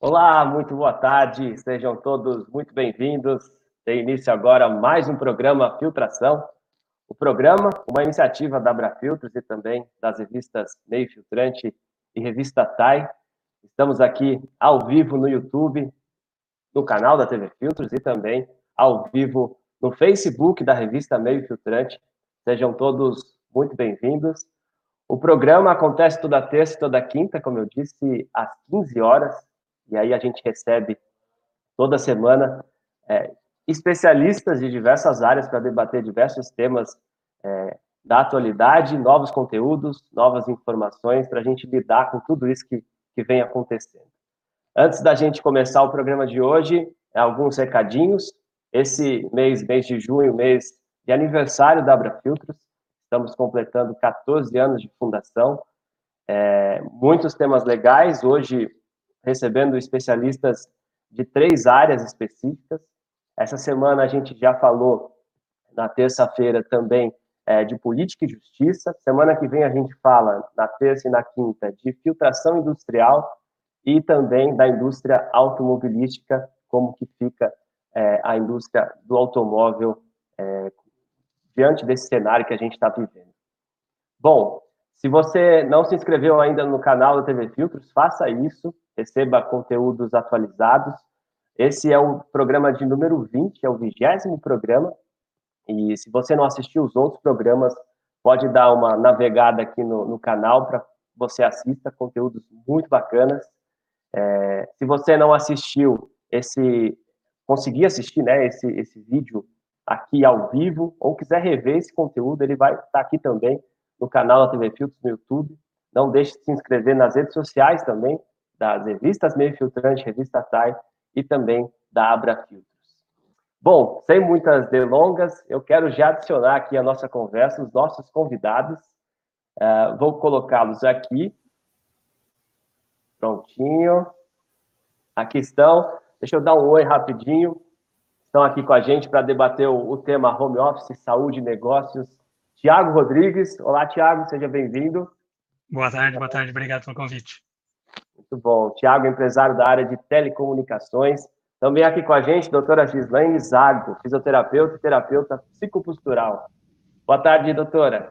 Olá, muito boa tarde, sejam todos muito bem-vindos. Tem início agora mais um programa Filtração. O programa, uma iniciativa da Abrafiltros e também das revistas Meio Filtrante e Revista TAI. Estamos aqui ao vivo no YouTube, no canal da TV Filtros e também ao vivo no Facebook da revista Meio Filtrante. Sejam todos muito bem-vindos. O programa acontece toda terça e toda quinta, como eu disse, às 15 horas. E aí a gente recebe toda semana especialistas de diversas áreas para debater diversos temas da atualidade, novos conteúdos, novas informações para a gente lidar com tudo isso que vem acontecendo. Antes da gente começar o programa de hoje, alguns recadinhos. Esse mês de junho, mês de aniversário da Abrafiltros, estamos completando 14 anos de fundação. Muitos temas legais, hoje recebendo especialistas de 3 áreas específicas. Essa semana a gente já falou, na terça-feira também, de política e justiça. Semana que vem a gente fala, na terça e na quinta, de filtração industrial e também da indústria automobilística, como que fica a indústria do automóvel diante desse cenário que a gente está vivendo. Bom, se você não se inscreveu ainda no canal da TV Filtros, faça isso, receba conteúdos atualizados. Esse é o programa de número 20, é o 20º programa, e se você não assistiu os outros programas, pode dar uma navegada aqui no canal para você assista conteúdos muito bacanas. Se você não assistiu conseguir assistir, né, esse vídeo aqui ao vivo, ou quiser rever esse conteúdo, ele vai estar aqui também no canal da TV Filtros no YouTube. Não deixe de se inscrever nas redes sociais também, das revistas Meio Filtrante, Revista TAI e também da Abrafiltros. Bom, sem muitas delongas, eu quero já adicionar aqui a nossa conversa, os nossos convidados. Vou colocá-los aqui. Prontinho. Aqui estão. Deixa eu dar um oi rapidinho. Estão aqui com a gente para debater o tema home office, saúde e negócios. Tiago Rodrigues. Olá, Tiago, seja bem-vindo. Boa tarde, obrigado pelo convite. Muito bom. Tiago, empresário da área de telecomunicações. Também aqui com a gente, doutora Gislaine Zago, fisioterapeuta e terapeuta psicopostural. Boa tarde, doutora.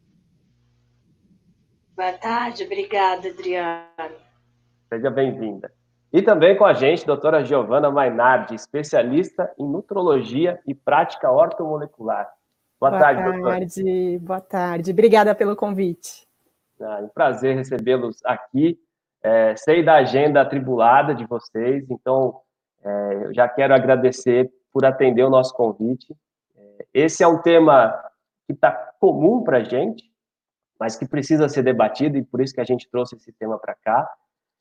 Boa tarde, obrigada, Adriano. Seja bem-vinda. E também com a gente, doutora Giovana Mainardi, especialista em nutrologia e prática ortomolecular. Boa tarde, doutora. Boa tarde. Obrigada pelo convite. É um prazer recebê-los aqui. Sei da agenda atribulada de vocês, então eu já quero agradecer por atender o nosso convite. Esse é um tema que está comum para a gente, mas que precisa ser debatido, e por isso que a gente trouxe esse tema para cá.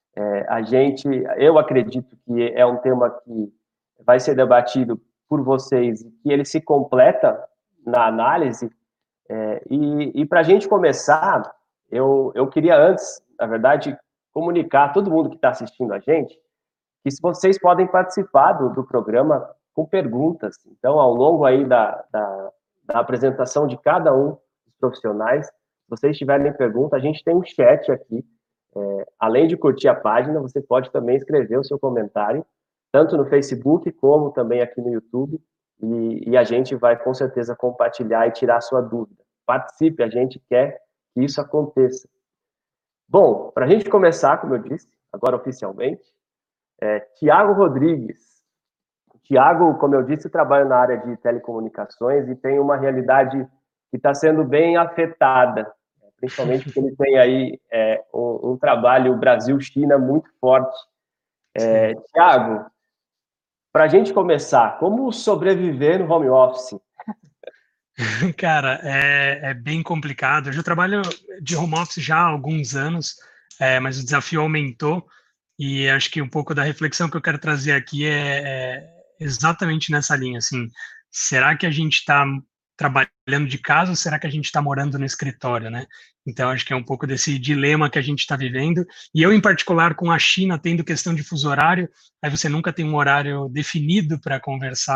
Eu acredito que é um tema que vai ser debatido por vocês, e que ele se completa na análise. E para a gente começar, eu queria antes, na verdade, comunicar a todo mundo que está assistindo a gente, que se vocês podem participar do programa com perguntas. Então, ao longo aí da apresentação de cada um dos profissionais, se vocês tiverem pergunta, a gente tem um chat aqui. Além de curtir a página, você pode também escrever o seu comentário, tanto no Facebook como também aqui no YouTube, e a gente vai com certeza compartilhar e tirar a sua dúvida. Participe, a gente quer que isso aconteça. Bom, para a gente começar, como eu disse, agora oficialmente, Tiago Rodrigues. Tiago, como eu disse, trabalha na área de telecomunicações e tem uma realidade que está sendo bem afetada, principalmente porque ele tem aí um trabalho Brasil-China muito forte. Tiago, para a gente começar, como sobreviver no home office? Cara, é bem complicado. Eu já trabalho de home office já há alguns anos, mas o desafio aumentou, e acho que um pouco da reflexão que eu quero trazer aqui é exatamente nessa linha, assim, será que a gente está trabalhando de casa ou será que a gente está morando no escritório, né? Então, acho que é um pouco desse dilema que a gente está vivendo. E eu, em particular, com a China tendo questão de fuso horário, aí você nunca tem um horário definido para conversar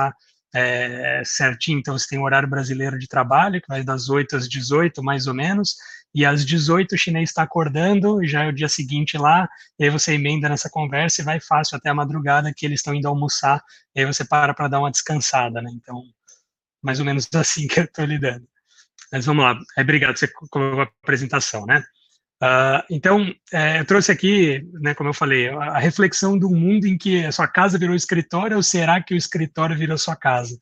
certinho, então você tem o horário brasileiro de trabalho, que vai das 8 às 18, mais ou menos, e às 18 o chinês está acordando, já é o dia seguinte lá, e aí você emenda nessa conversa e vai fácil até a madrugada que eles estão indo almoçar, e aí você para dar uma descansada, né? Então, mais ou menos assim que eu estou lidando. Mas vamos lá, obrigado, você colocou a apresentação, né? Então, eu trouxe aqui, né, como eu falei, a reflexão do mundo em que a sua casa virou escritório, ou será que o escritório virou sua casa?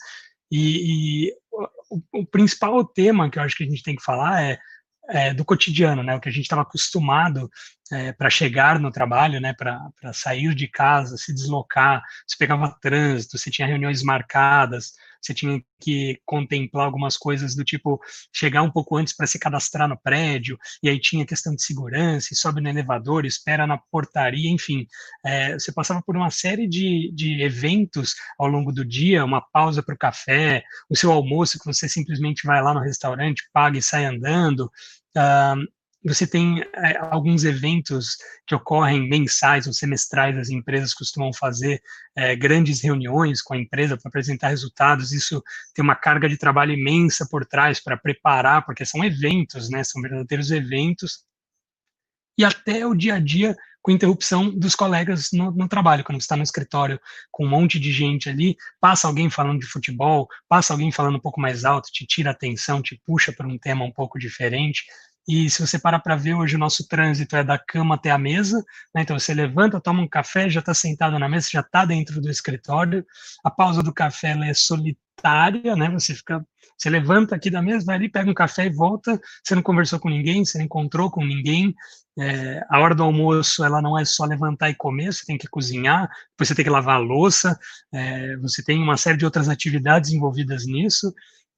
E o principal tema que eu acho que a gente tem que falar é do cotidiano, né? O que a gente estava acostumado para chegar no trabalho, né? Para sair de casa, se deslocar, você pegava trânsito, você tinha reuniões marcadas, você tinha que contemplar algumas coisas do tipo chegar um pouco antes para se cadastrar no prédio, e aí tinha questão de segurança, e sobe no elevador, espera na portaria, enfim, você passava por uma série de eventos ao longo do dia, uma pausa para o café, o seu almoço que você simplesmente vai lá no restaurante, paga e sai andando. Você tem alguns eventos que ocorrem mensais ou semestrais, as empresas costumam fazer grandes reuniões com a empresa para apresentar resultados, isso tem uma carga de trabalho imensa por trás para preparar, porque são eventos, né, são verdadeiros eventos, e até o dia a dia com interrupção dos colegas no trabalho, quando você está no escritório com um monte de gente ali, passa alguém falando de futebol, passa alguém falando um pouco mais alto, te tira a atenção, te puxa para um tema um pouco diferente. E se você parar para ver, hoje o nosso trânsito é da cama até a mesa, né? Então você levanta, toma um café, já está sentado na mesa, já está dentro do escritório. A pausa do café ela é solitária, né? Você levanta aqui da mesa, vai ali, pega um café e volta. Você não conversou com ninguém, você não encontrou com ninguém. A hora do almoço ela não é só levantar e comer, você tem que cozinhar, depois você tem que lavar a louça, você tem uma série de outras atividades envolvidas nisso.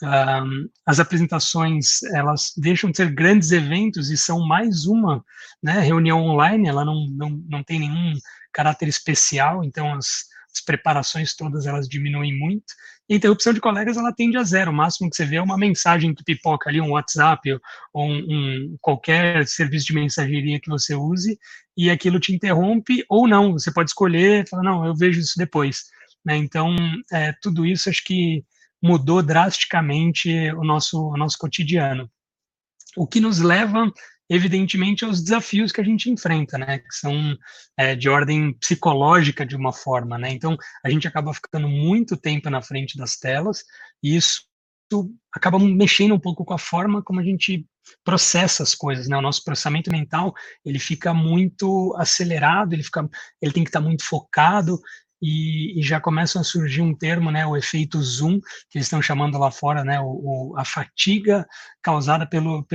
As apresentações elas deixam de ser grandes eventos e são mais uma, né, reunião online, ela não tem nenhum caráter especial, então as preparações todas elas diminuem muito. E a interrupção de colegas ela tende a zero, o máximo que você vê é uma mensagem que pipoca ali, um WhatsApp ou qualquer serviço de mensageria que você use, e aquilo te interrompe ou não, você pode escolher, falar, não, eu vejo isso depois, né? Então, tudo isso acho que mudou drasticamente o nosso cotidiano. O que nos leva, evidentemente, aos desafios que a gente enfrenta, né? Que são de ordem psicológica, de uma forma, né? Então, a gente acaba ficando muito tempo na frente das telas, e isso acaba mexendo um pouco com a forma como a gente processa as coisas, né? O nosso processamento mental, ele fica muito acelerado, ele tem que estar muito focado, e já começam a surgir um termo, né, o efeito Zoom, que eles estão chamando lá fora, né, a fatiga causada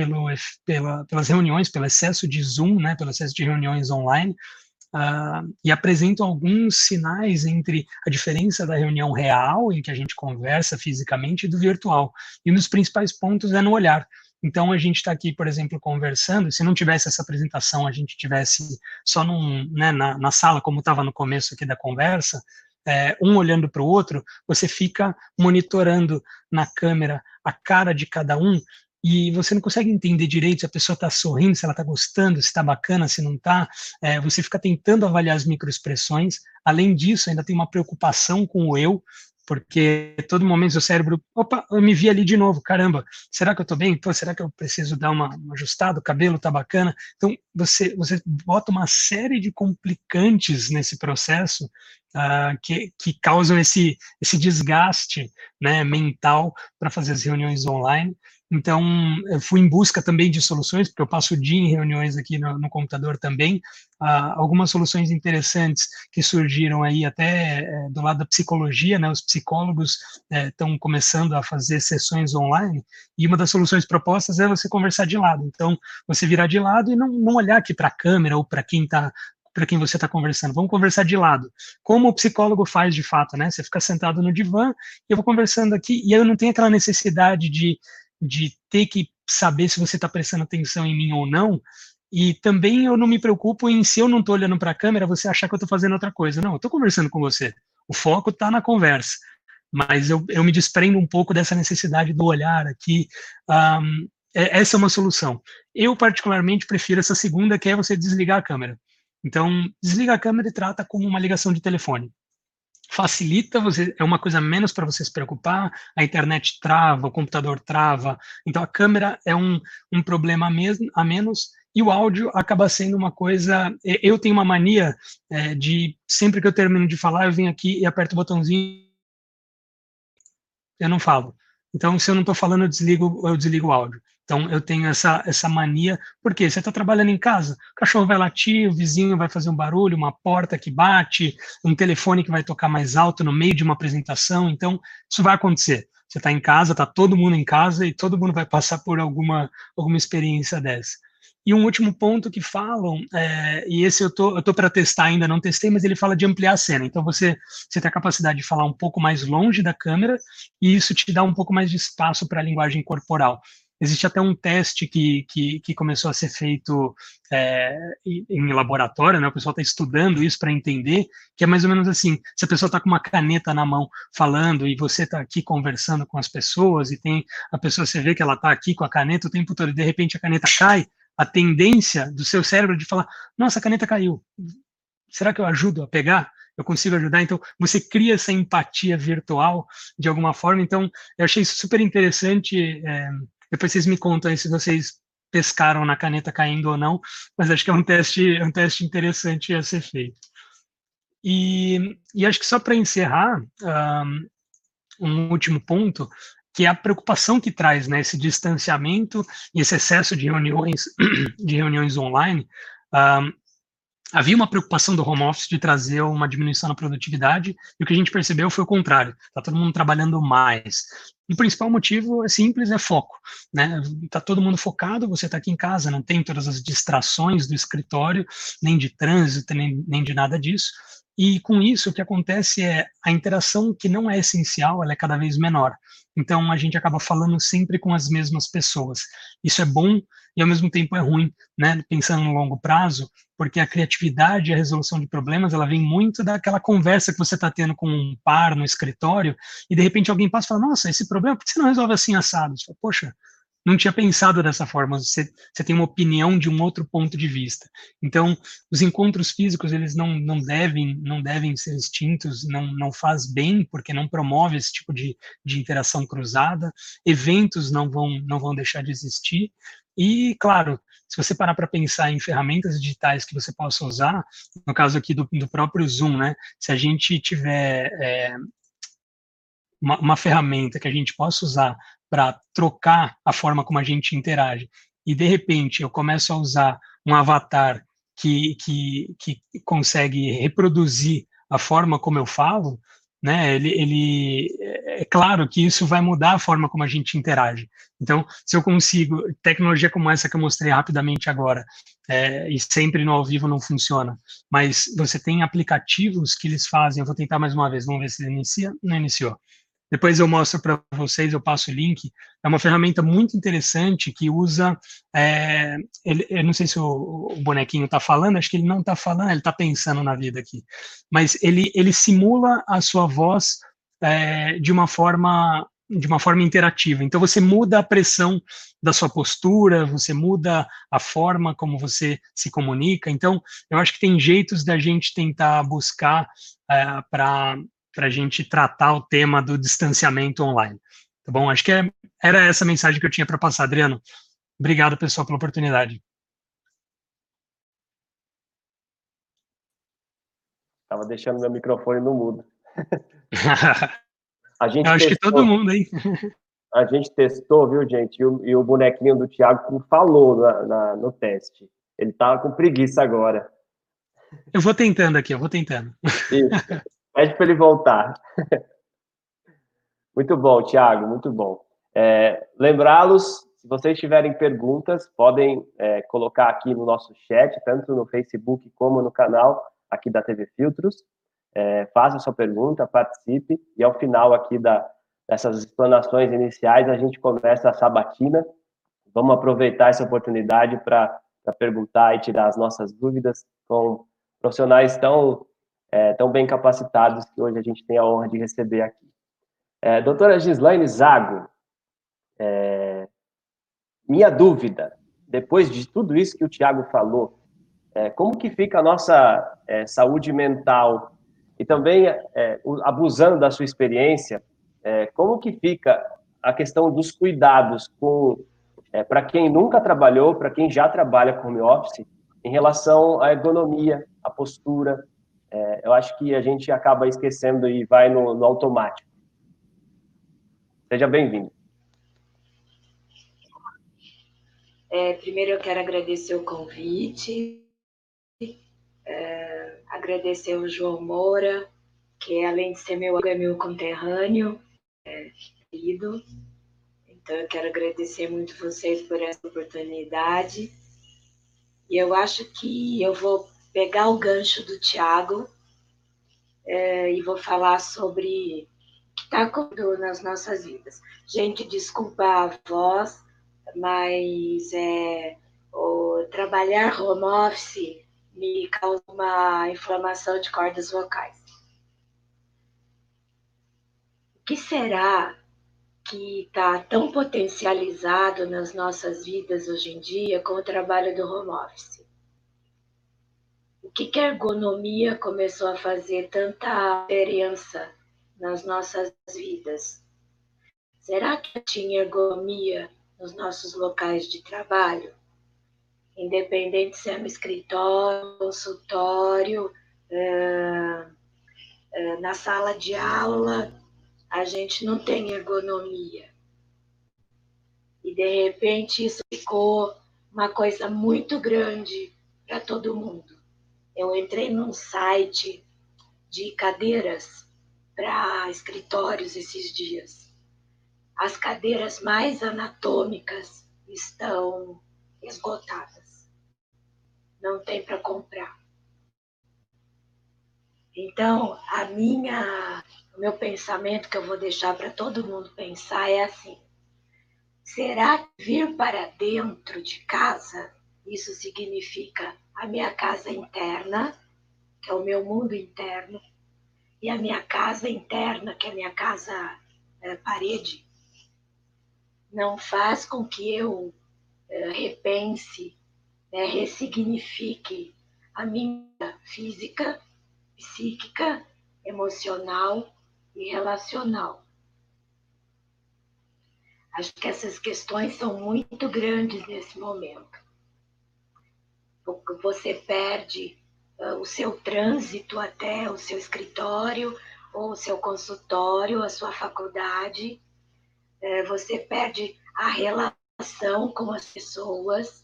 pelas reuniões, pelo excesso de Zoom, né, pelo excesso de reuniões online, e apresentam alguns sinais entre a diferença da reunião real, em que a gente conversa fisicamente, e do virtual. E um dos principais pontos é no olhar. Então, a gente está aqui, por exemplo, conversando, se não tivesse essa apresentação, a gente tivesse só na sala, como estava no começo aqui da conversa, um olhando para o outro, você fica monitorando na câmera a cara de cada um, e você não consegue entender direito se a pessoa está sorrindo, se ela está gostando, se está bacana, se não está. Você fica tentando avaliar as microexpressões. Além disso, ainda tem uma preocupação com o eu, porque todo momento seu cérebro, opa, eu me vi ali de novo, caramba, será que eu estou bem? Pô, será que eu preciso dar uma ajustada? O cabelo está bacana? Então, você bota uma série de complicantes nesse processo que causam esse desgaste, né, mental para fazer as reuniões online. Então, eu fui em busca também de soluções, porque eu passo o dia em reuniões aqui no computador também, algumas soluções interessantes que surgiram aí até do lado da psicologia, né, os psicólogos estão começando a fazer sessões online, e uma das soluções propostas é você conversar de lado. Então, você virar de lado e não olhar aqui para a câmera ou para quem você está conversando, vamos conversar de lado, como o psicólogo faz de fato, né, você fica sentado no divã, e eu vou conversando aqui, e eu não tenho aquela necessidade de ter que saber se você está prestando atenção em mim ou não, e também eu não me preocupo em, se eu não estou olhando para a câmera, você achar que eu estou fazendo outra coisa. Não, eu estou conversando com você, o foco está na conversa, mas eu me desprendo um pouco dessa necessidade do olhar aqui. Essa é uma solução. Eu particularmente prefiro essa segunda, que é você desligar a câmera. Então, desliga a câmera e trata como uma ligação de telefone. facilita, é uma coisa a menos para você se preocupar, a internet trava, o computador trava, então a câmera é um problema a menos, e o áudio acaba sendo uma coisa... Eu tenho uma mania de, sempre que eu termino de falar, eu venho aqui e aperto o botãozinho, eu não falo. Então, se eu não estou falando, eu desligo o áudio. Então, eu tenho essa mania, porque você está trabalhando em casa, o cachorro vai latir, o vizinho vai fazer um barulho, uma porta que bate, um telefone que vai tocar mais alto no meio de uma apresentação, então, isso vai acontecer. Você está em casa, está todo mundo em casa e todo mundo vai passar por alguma experiência dessa. E um último ponto que falam, e esse eu tô para testar ainda, não testei, mas ele fala de ampliar a cena. Então, você tem a capacidade de falar um pouco mais longe da câmera e isso te dá um pouco mais de espaço para a linguagem corporal. Existe até um teste que começou a ser feito em laboratório, né? O pessoal está estudando isso para entender, que é mais ou menos assim, se a pessoa está com uma caneta na mão falando e você está aqui conversando com as pessoas e tem a pessoa, você vê que ela está aqui com a caneta o tempo todo e de repente a caneta cai, a tendência do seu cérebro de falar, nossa, a caneta caiu, será que eu ajudo a pegar? Eu consigo ajudar? Então, você cria essa empatia virtual de alguma forma. Então, eu achei isso super interessante. Depois vocês me contam aí se vocês pescaram na caneta caindo ou não, mas acho que é um teste interessante a ser feito. E acho que só para encerrar, um último ponto, que é a preocupação que traz, né, esse distanciamento e esse excesso de reuniões online. Havia uma preocupação do home office de trazer uma diminuição na produtividade, e o que a gente percebeu foi o contrário, está todo mundo trabalhando mais. E o principal motivo é simples, é foco, né? Está todo mundo focado, você está aqui em casa, não tem todas as distrações do escritório, nem de trânsito, nem de nada disso, e com isso o que acontece é a interação que não é essencial, ela é cada vez menor. Então a gente acaba falando sempre com as mesmas pessoas. Isso é bom e ao mesmo tempo é ruim, né? Pensando no longo prazo, porque a criatividade e a resolução de problemas, ela vem muito daquela conversa que você está tendo com um par no escritório, e de repente alguém passa e fala, nossa, esse problema, por que você não resolve assim assado? Você fala, poxa, não tinha pensado dessa forma, você tem uma opinião de um outro ponto de vista. Então, os encontros físicos, eles não devem ser extintos, não faz bem, porque não promove esse tipo de interação cruzada, eventos não vão deixar de existir, e, claro, se você parar para pensar em ferramentas digitais que você possa usar, no caso aqui do próprio Zoom, né, se a gente tiver uma ferramenta que a gente possa usar para trocar a forma como a gente interage, e de repente eu começo a usar um avatar que consegue reproduzir a forma como eu falo, né, é claro que isso vai mudar a forma como a gente interage. Então, se eu consigo, tecnologia como essa que eu mostrei rapidamente agora, e sempre no ao vivo não funciona, mas você tem aplicativos que eles fazem, eu vou tentar mais uma vez, vamos ver se ele inicia, não iniciou. Depois eu mostro para vocês, eu passo o link. É uma ferramenta muito interessante que usa... eu não sei se o bonequinho está falando, acho que ele não está falando, ele está pensando na vida aqui. Mas ele simula a sua voz de uma forma interativa. Então, você muda a pressão da sua postura, você muda a forma como você se comunica. Então, eu acho que tem jeitos da gente tentar buscar para a gente tratar o tema do distanciamento online. Tá bom? Acho que era essa a mensagem que eu tinha para passar, Adriano. Obrigado, pessoal, pela oportunidade. Estava deixando meu microfone no mudo. Eu acho que todo mundo, hein? A gente testou, viu, gente? E o bonequinho do Thiago falou no teste. Ele estava com preguiça agora. Eu vou tentando aqui, eu vou tentando. Isso. Pede para ele voltar. Muito bom, Thiago, muito bom. Lembrá-los, se vocês tiverem perguntas, podem colocar aqui no nosso chat, tanto no Facebook como no canal aqui da TV Filtros. Faça a sua pergunta, participe, e ao final aqui dessas explanações iniciais, a gente começa a sabatina. Vamos aproveitar essa oportunidade para perguntar e tirar as nossas dúvidas com profissionais tão bem capacitados que hoje a gente tem a honra de receber aqui. Doutora Gislaine Zago, minha dúvida, depois de tudo isso que o Thiago falou, como que fica a nossa saúde mental E também, abusando da sua experiência, como que fica a questão dos cuidados para quem nunca trabalhou, para quem já trabalha com home office, em relação à ergonomia, à postura? Eu acho que a gente acaba esquecendo e vai no automático. Seja bem-vindo. Primeiro eu quero agradecer o convite, agradecer o João Moura, que além de ser meu amigo, é meu conterrâneo, querido. Então eu quero agradecer muito vocês por essa oportunidade. E eu acho que eu vou pegar o gancho do Tiago e vou falar sobre o que está acontecendo nas nossas vidas. Gente, desculpa a voz, mas trabalhar home office me causa uma inflamação de cordas vocais. O que será que está tão potencializado nas nossas vidas hoje em dia com o trabalho do home office? O que a ergonomia começou a fazer tanta diferença nas nossas vidas? Será que tinha ergonomia nos nossos locais de trabalho? Independente se é um escritório, consultório, na sala de aula, a gente não tem ergonomia. E, de repente, isso ficou uma coisa muito grande para todo mundo. Eu entrei num site de cadeiras para escritórios esses dias. As cadeiras mais anatômicas estão esgotadas. Não tem para comprar. Então, o meu pensamento que eu vou deixar para todo mundo pensar é assim: será que vir para dentro de casa, isso significa a minha casa interna, que é o meu mundo interno, e a minha casa interna, que é a minha casa parede, não faz com que eu repense, ressignifique a minha física, psíquica, emocional e relacional? Acho que essas questões são muito grandes nesse momento. Você perde o seu trânsito até o seu escritório, ou o seu consultório, a sua faculdade. Você perde a relação com as pessoas.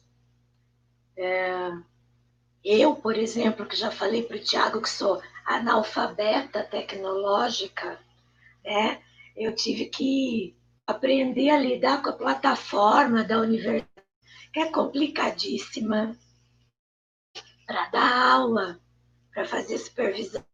Eu, por exemplo, que já falei para o Tiago que sou analfabeta tecnológica, eu tive que aprender a lidar com a plataforma da universidade, que é complicadíssima, para dar aula, para fazer supervisão.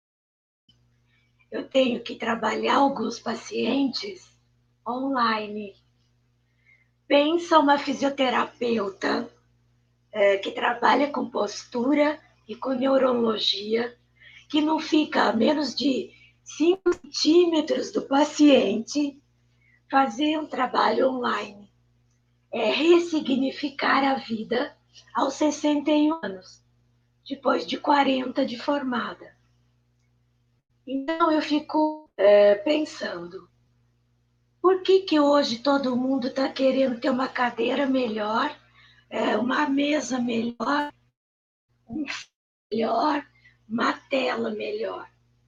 Eu tenho que trabalhar alguns pacientes online. Pensa uma fisioterapeuta que trabalha com postura e com neurologia, que não fica a menos de 5 centímetros do paciente, fazer um trabalho online. É ressignificar a vida aos 61 anos, depois de 40 de formada. Então eu fico pensando, por que hoje todo mundo está querendo ter uma cadeira melhor, uma mesa melhor, um melhor, uma tela melhor?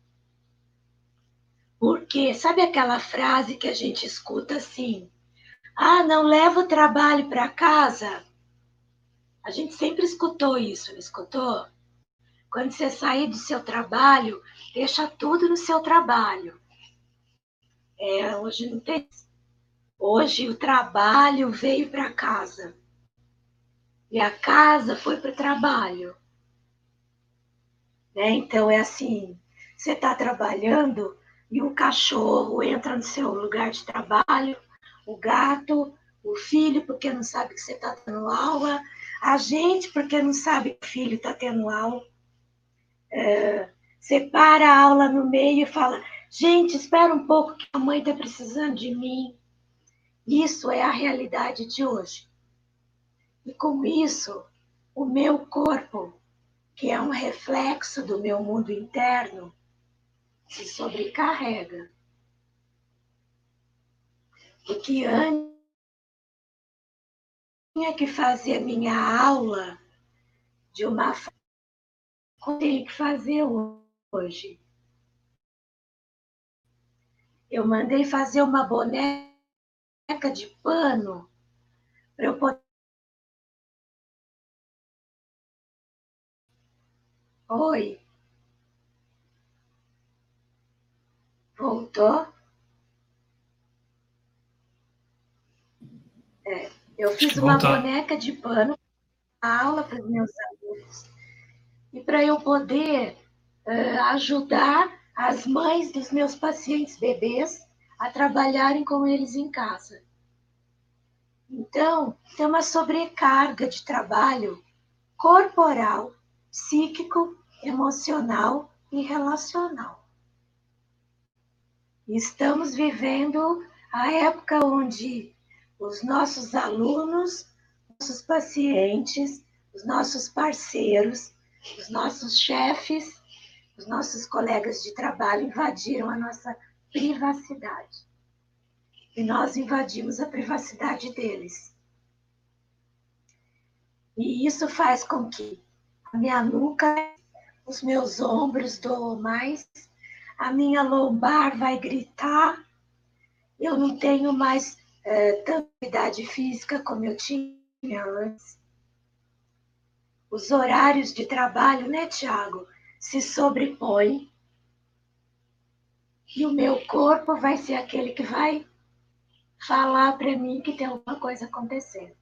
Porque sabe aquela frase que a gente escuta assim: ah, não leva o trabalho para casa? A gente sempre escutou isso, não escutou? Quando você sair do seu trabalho, deixa tudo no seu trabalho. Hoje não tem. Hoje o trabalho veio para casa. E a casa foi para o trabalho. Então é assim, você está trabalhando e o cachorro entra no seu lugar de trabalho, o gato, o filho, porque não sabe que você está tendo aula, a gente, porque não sabe que o filho está tendo aula. Você para a aula no meio e fala: gente, espera um pouco que a mãe está precisando de mim. Isso é a realidade de hoje. E com isso, o meu corpo, que é um reflexo do meu mundo interno, se sobrecarrega. Porque antes tinha que fazer minha aula de uma forma que eu tenho que fazer hoje. Eu mandei fazer uma boneca de pano para eu poder. Oi. Voltou? Eu fiz uma boneca de pano para aula para os meus alunos e para eu poder ajudar as mães dos meus pacientes bebês a trabalharem com eles em casa. Então, tem uma sobrecarga de trabalho corporal, psíquico, emocional e relacional. Estamos vivendo a época onde os nossos alunos, nossos pacientes, os nossos parceiros, os nossos chefes, os nossos colegas de trabalho invadiram a nossa privacidade. E nós invadimos a privacidade deles. E isso faz com que a minha nuca, os meus ombros doam mais, a minha lombar vai gritar, eu não tenho mais tanta atividade física como eu tinha antes. Os horários de trabalho, né, Tiago, se sobrepõem. E o meu corpo vai ser aquele que vai falar para mim que tem alguma coisa acontecendo.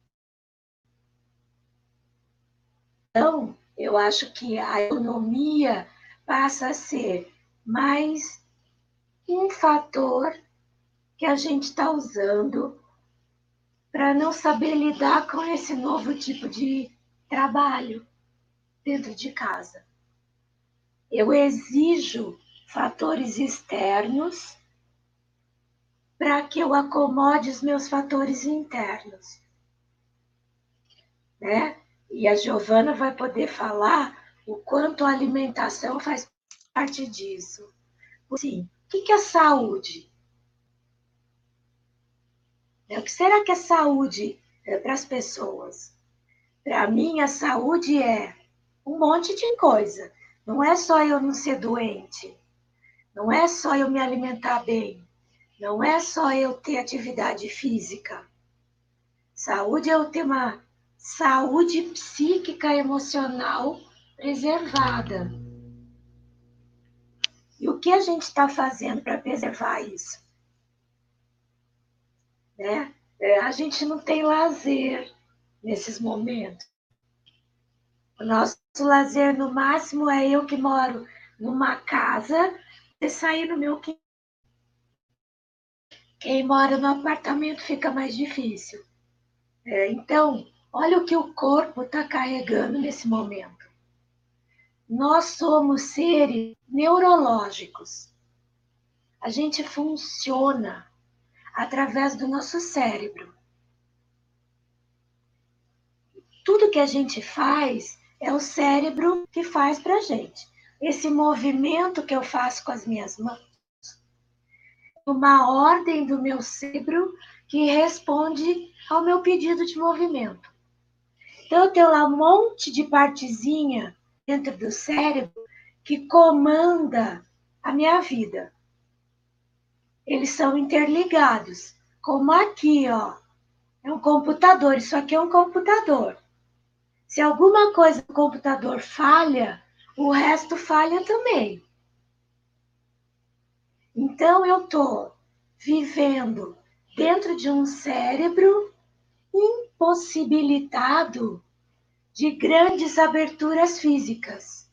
Então, eu acho que a economia passa a ser mais um fator que a gente está usando para não saber lidar com esse novo tipo de trabalho dentro de casa. Eu exijo fatores externos para que eu acomode os meus fatores internos, né? E a Giovana vai poder falar o quanto a alimentação faz parte disso. Sim, o que é saúde? O que será que é saúde para as pessoas? Para mim, a saúde é um monte de coisa. Não é só eu não ser doente. Não é só eu me alimentar bem. Não é só eu ter atividade física. Saúde é eu ter uma saúde psíquica e emocional preservada. E o que a gente está fazendo para preservar isso? Né? A gente não tem lazer nesses momentos. O nosso lazer, no máximo, é eu que moro numa casa e sair no meu quintal. Quem mora no apartamento fica mais difícil. Então, olha o que o corpo está carregando nesse momento. Nós somos seres neurológicos. A gente funciona através do nosso cérebro. Tudo que a gente faz é o cérebro que faz para a gente. Esse movimento que eu faço com as minhas mãos, uma ordem do meu cérebro que responde ao meu pedido de movimento. Então, eu tenho lá um monte de partezinha dentro do cérebro que comanda a minha vida. Eles são interligados. Como aqui, ó, é um computador. Isso aqui é um computador. Se alguma coisa no computador falha, o resto falha também. Então, eu estou vivendo dentro de um cérebro impossibilitado de grandes aberturas físicas.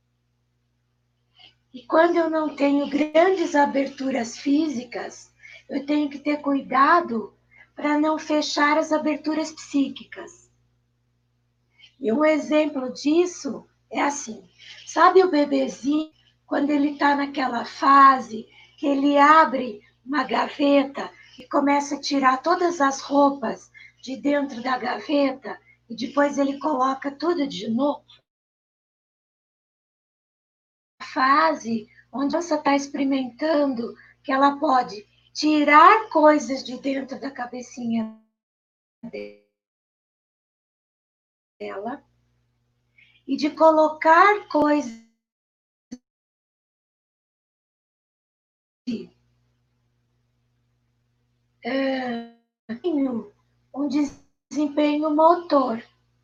E quando eu não tenho grandes aberturas físicas, eu tenho que ter cuidado para não fechar as aberturas psíquicas. E um exemplo disso é assim, sabe o bebezinho, quando ele está naquela fase que ele abre uma gaveta e começa a tirar todas as roupas de dentro da gaveta e depois ele coloca tudo de novo? A fase onde você está experimentando que ela pode tirar coisas de dentro da cabecinha dela e de colocar coisas um desempenho motor.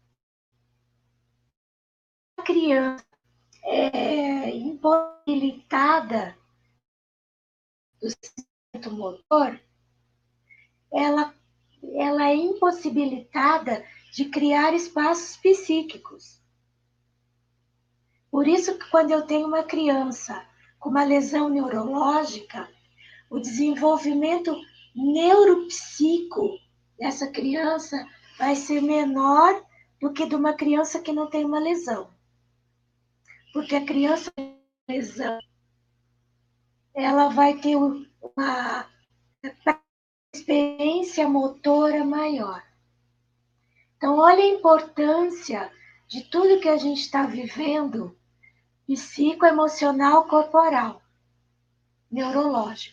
A criança é impossibilitada do desenvolvimento motor, ela é impossibilitada de criar espaços psíquicos. Por isso que quando eu tenho uma criança com uma lesão neurológica, o desenvolvimento neuropsíquico dessa criança vai ser menor do que de uma criança que não tem uma lesão. Porque a criança com lesão, ela vai ter uma experiência motora maior. Então, olha a importância de tudo que a gente está vivendo, psicoemocional, corporal, neurológico.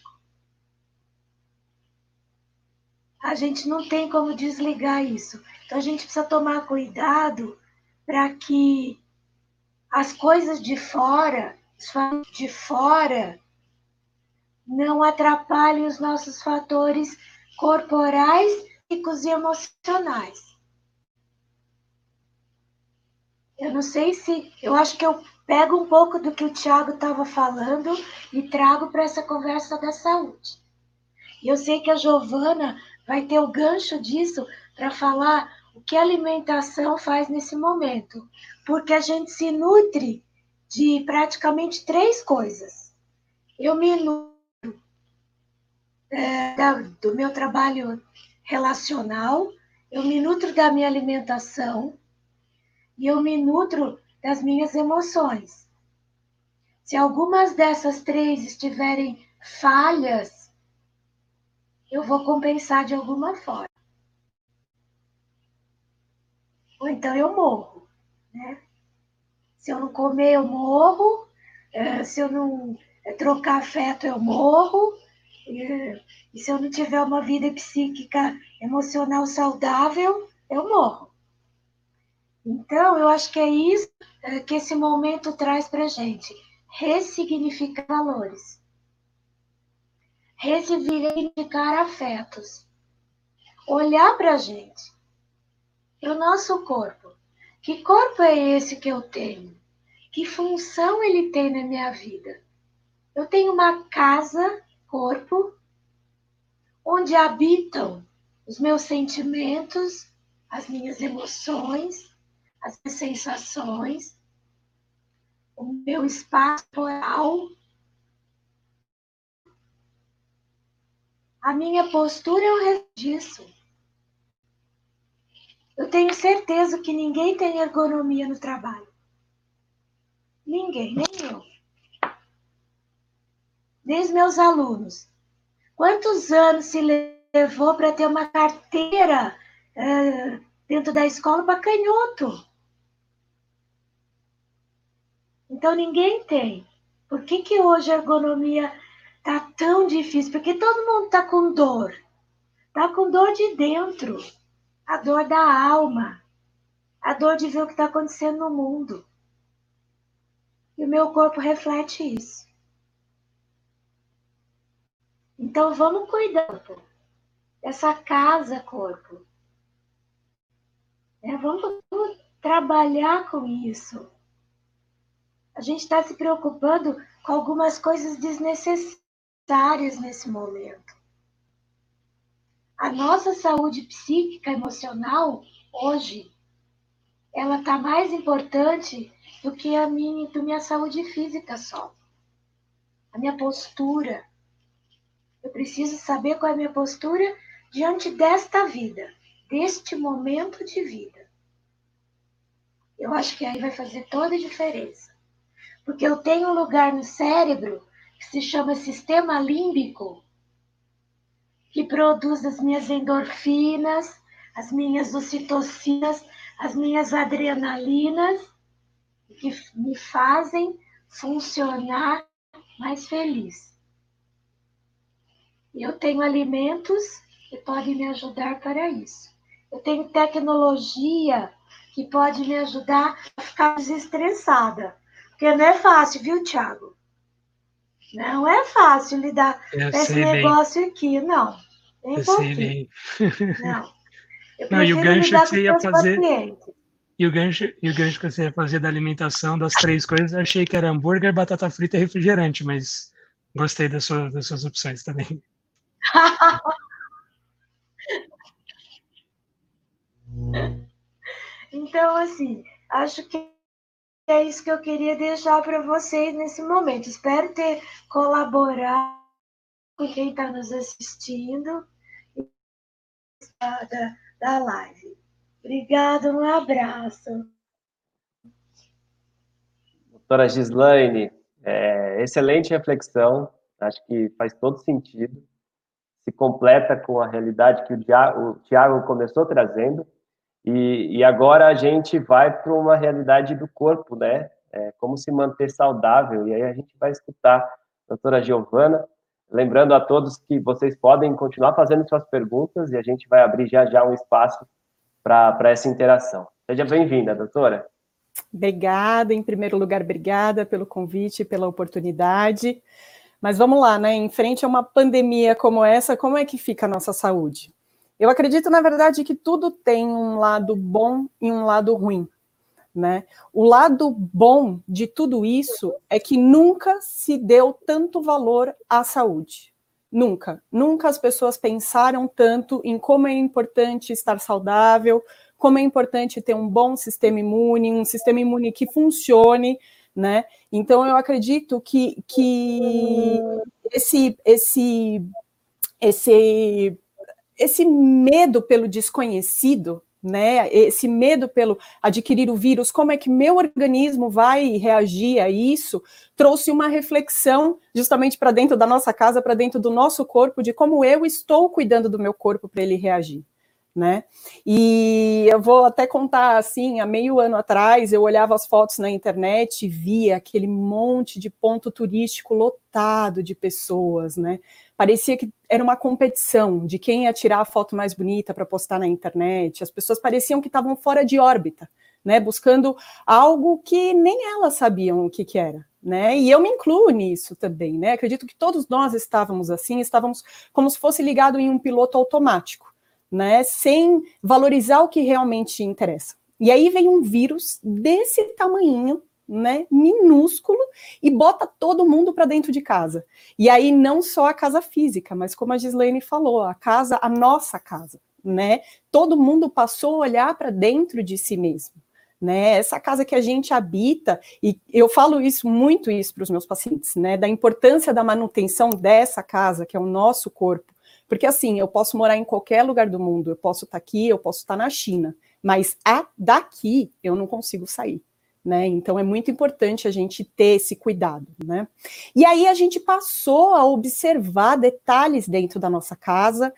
A gente não tem como desligar isso. Então, a gente precisa tomar cuidado para que as coisas de fora, não atrapalhem os nossos fatores corporais, psíquicos e emocionais. Eu não sei se... Eu acho que eu pego um pouco do que o Thiago estava falando e trago para essa conversa da saúde. E eu sei que a Giovana vai ter o gancho disso para falar o que a alimentação faz nesse momento. Porque a gente se nutre de praticamente 3 coisas. Eu me nutro do meu trabalho relacional, eu me nutro da minha alimentação e eu me nutro das minhas emoções. Se algumas dessas 3 estiverem falhas, eu vou compensar de alguma forma. Ou então eu morro, né? Se eu não comer, eu morro. Se eu não trocar afeto, eu morro. E se eu não tiver uma vida psíquica, emocional saudável, eu morro. Então, eu acho que é isso que esse momento traz para a gente. Ressignificar valores. Ressignificar afetos. Olhar para a gente. Para o nosso corpo. Que corpo é esse que eu tenho? Que função ele tem na minha vida? Eu tenho uma casa, corpo, onde habitam os meus sentimentos, as minhas emoções, as minhas sensações, o meu espaço corporal, a minha postura é o resto disso. Eu tenho certeza que ninguém tem ergonomia no trabalho. Ninguém, nem eu. Nem os meus alunos. Quantos anos se levou para ter uma carteira dentro da escola para canhoto? Então ninguém tem. Por que hoje a ergonomia está tão difícil? Porque todo mundo está com dor. Está com dor de dentro. A dor da alma. A dor de ver o que está acontecendo no mundo. E o meu corpo reflete isso. Então vamos cuidar dessa casa, corpo. Vamos trabalhar com isso. A gente está se preocupando com algumas coisas desnecessárias nesse momento. A nossa saúde psíquica, emocional, hoje, ela está mais importante do que a minha saúde física só. A minha postura. Eu preciso saber qual é a minha postura diante desta vida, deste momento de vida. Eu acho que aí vai fazer toda a diferença. Porque eu tenho um lugar no cérebro que se chama sistema límbico, que produz as minhas endorfinas, as minhas ocitocinas, as minhas adrenalinas, que me fazem funcionar mais feliz. E eu tenho alimentos que podem me ajudar para isso. Eu tenho tecnologia que pode me ajudar a ficar desestressada. Porque não é fácil, viu, Thiago? Não é fácil lidar com esse negócio aqui, não. Nem um pouquinho. Não. Eu não, e o gancho lidar que você ia fazer, pacientes. e o gancho que você ia fazer da alimentação, das 3 coisas, eu achei que era hambúrguer, batata frita e refrigerante, mas gostei das suas opções também. Então, assim, acho que é isso que eu queria deixar para vocês nesse momento. Espero ter colaborado com quem está nos assistindo da live. Obrigada, um abraço. Doutora Gislaine, excelente reflexão, acho que faz todo sentido, se completa com a realidade que o Tiago começou trazendo, e agora a gente vai para uma realidade do corpo, né? Como se manter saudável, e aí a gente vai escutar a doutora Giovana, lembrando a todos que vocês podem continuar fazendo suas perguntas, e a gente vai abrir já um espaço para essa interação. Seja bem-vinda, doutora. Obrigada, em primeiro lugar, obrigada pelo convite, pela oportunidade. Mas vamos lá, né? Em frente a uma pandemia como essa, como é que fica a nossa saúde? Eu acredito, na verdade, que tudo tem um lado bom e um lado ruim, né? O lado bom de tudo isso é que nunca se deu tanto valor à saúde. Nunca. Nunca as pessoas pensaram tanto em como é importante estar saudável, como é importante ter um bom sistema imune, um sistema imune que funcione, né? Então, eu acredito que esse medo pelo desconhecido, né? Esse medo pelo adquirir o vírus, como é que meu organismo vai reagir a isso, trouxe uma reflexão justamente para dentro da nossa casa, para dentro do nosso corpo, de como eu estou cuidando do meu corpo para ele reagir, né? E eu vou até contar assim, há meio ano atrás, eu olhava as fotos na internet e via aquele monte de ponto turístico lotado de pessoas, né? Parecia que era uma competição de quem ia tirar a foto mais bonita para postar na internet. As pessoas pareciam que estavam fora de órbita, né? Buscando algo que nem elas sabiam o que era, né? E eu me incluo nisso também, né? Acredito que todos nós estávamos assim, estávamos como se fosse ligado em um piloto automático, né, sem valorizar o que realmente interessa. E aí vem um vírus desse tamanhinho, né, minúsculo, e bota todo mundo para dentro de casa. E aí não só a casa física, mas como a Gislaine falou, a nossa casa, né? Todo mundo passou a olhar para dentro de si mesmo. Né, essa casa que a gente habita, e eu falo muito isso para os meus pacientes, né, da importância da manutenção dessa casa, que é o nosso corpo. Porque assim, eu posso morar em qualquer lugar do mundo, eu posso estar aqui, eu posso estar na China, mas daqui eu não consigo sair, né? Então é muito importante a gente ter esse cuidado, né? E aí a gente passou a observar detalhes dentro da nossa casa,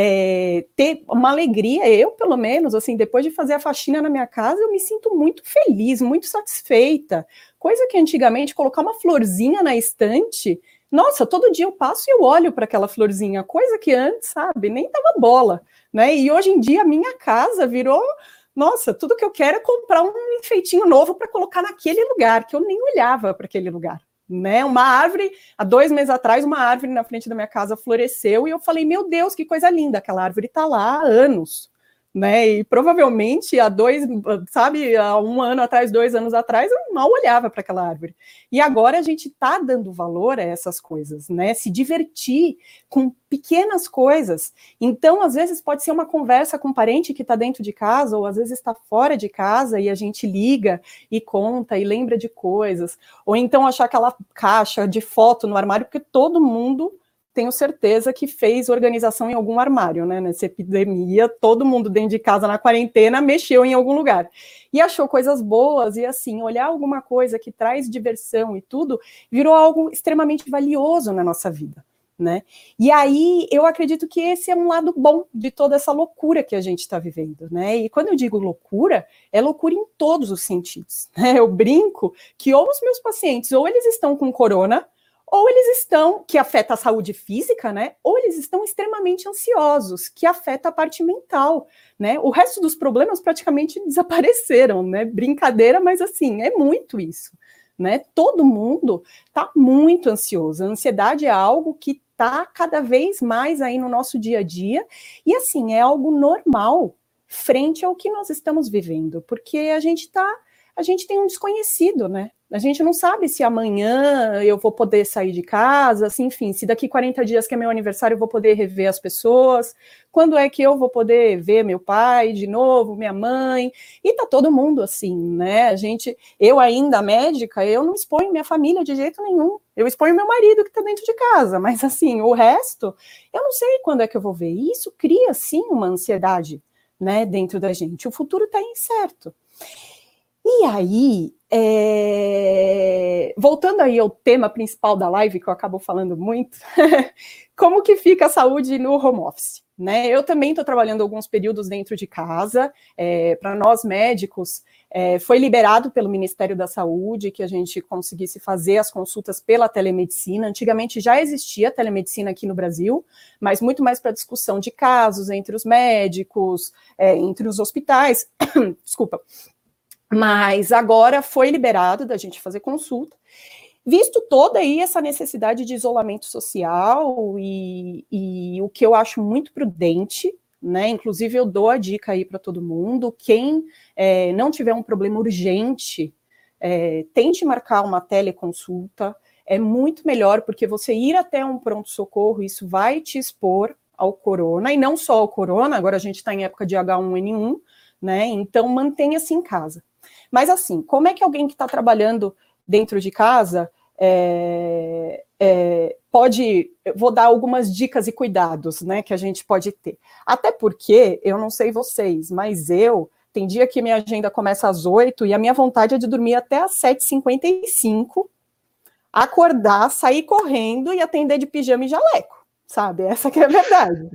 ter uma alegria, eu pelo menos, assim, depois de fazer a faxina na minha casa, eu me sinto muito feliz, muito satisfeita, coisa que antigamente colocar uma florzinha na estante, nossa, todo dia eu passo e eu olho para aquela florzinha, coisa que antes, sabe, nem dava bola, né? E hoje em dia a minha casa virou, nossa, tudo que eu quero é comprar um enfeitinho novo para colocar naquele lugar, que eu nem olhava para aquele lugar, né? Uma árvore, há 2 meses atrás, uma árvore na frente da minha casa floresceu e eu falei, meu Deus, que coisa linda, aquela árvore está lá há anos, né? E provavelmente há 1 ano atrás, 2 anos atrás, eu mal olhava para aquela árvore. E agora a gente está dando valor a essas coisas, né? Se divertir com pequenas coisas. Então, às vezes, pode ser uma conversa com um parente que está dentro de casa, ou às vezes está fora de casa, e a gente liga e conta e lembra de coisas. Ou então achar aquela caixa de foto no armário, porque todo mundo, tenho certeza que fez organização em algum armário, né? Nessa epidemia, todo mundo dentro de casa na quarentena mexeu em algum lugar e achou coisas boas, e assim, olhar alguma coisa que traz diversão e tudo, virou algo extremamente valioso na nossa vida, né? E aí, eu acredito que esse é um lado bom de toda essa loucura que a gente está vivendo, né? E quando eu digo loucura, é loucura em todos os sentidos, né? Eu brinco que ou os meus pacientes, ou eles estão com corona, ou eles estão, que afeta a saúde física, né? Ou eles estão extremamente ansiosos, que afeta a parte mental, né? O resto dos problemas praticamente desapareceram, né? Brincadeira, mas assim, é muito isso, né? Todo mundo está muito ansioso. A ansiedade é algo que está cada vez mais aí no nosso dia a dia, e assim, é algo normal frente ao que nós estamos vivendo, porque a gente tem um desconhecido, né? A gente não sabe se amanhã eu vou poder sair de casa, assim, enfim, se daqui 40 dias que é meu aniversário eu vou poder rever as pessoas, quando é que eu vou poder ver meu pai de novo, minha mãe, e tá todo mundo assim, né? Eu ainda médica, eu não exponho minha família de jeito nenhum, eu exponho meu marido que tá dentro de casa, mas assim, o resto, eu não sei quando é que eu vou ver, e isso cria, sim, uma ansiedade, né, dentro da gente, o futuro está incerto. E aí, voltando aí ao tema principal da live, que eu acabo falando muito, como que fica a saúde no home office, né? Eu também estou trabalhando alguns períodos dentro de casa, para nós médicos, foi liberado pelo Ministério da Saúde que a gente conseguisse fazer as consultas pela telemedicina. Antigamente já existia telemedicina aqui no Brasil, mas muito mais para discussão de casos entre os médicos, entre os hospitais, desculpa, mas agora foi liberado da gente fazer consulta, visto toda aí essa necessidade de isolamento social e o que eu acho muito prudente, né? Inclusive eu dou a dica aí para todo mundo, quem não tiver um problema urgente, tente marcar uma teleconsulta, é muito melhor, porque você ir até um pronto-socorro, isso vai te expor ao corona, e não só ao corona, agora a gente está em época de H1N1, né? Então mantenha-se em casa. Mas assim, como é que alguém que está trabalhando dentro de casa pode... Vou dar algumas dicas e cuidados, né, que a gente pode ter. Até porque, eu não sei vocês, mas tem dia que minha agenda começa às 8 e a minha vontade é de dormir até às 7h55, acordar, sair correndo e atender de pijama e jaleco, sabe? Essa que é a verdade.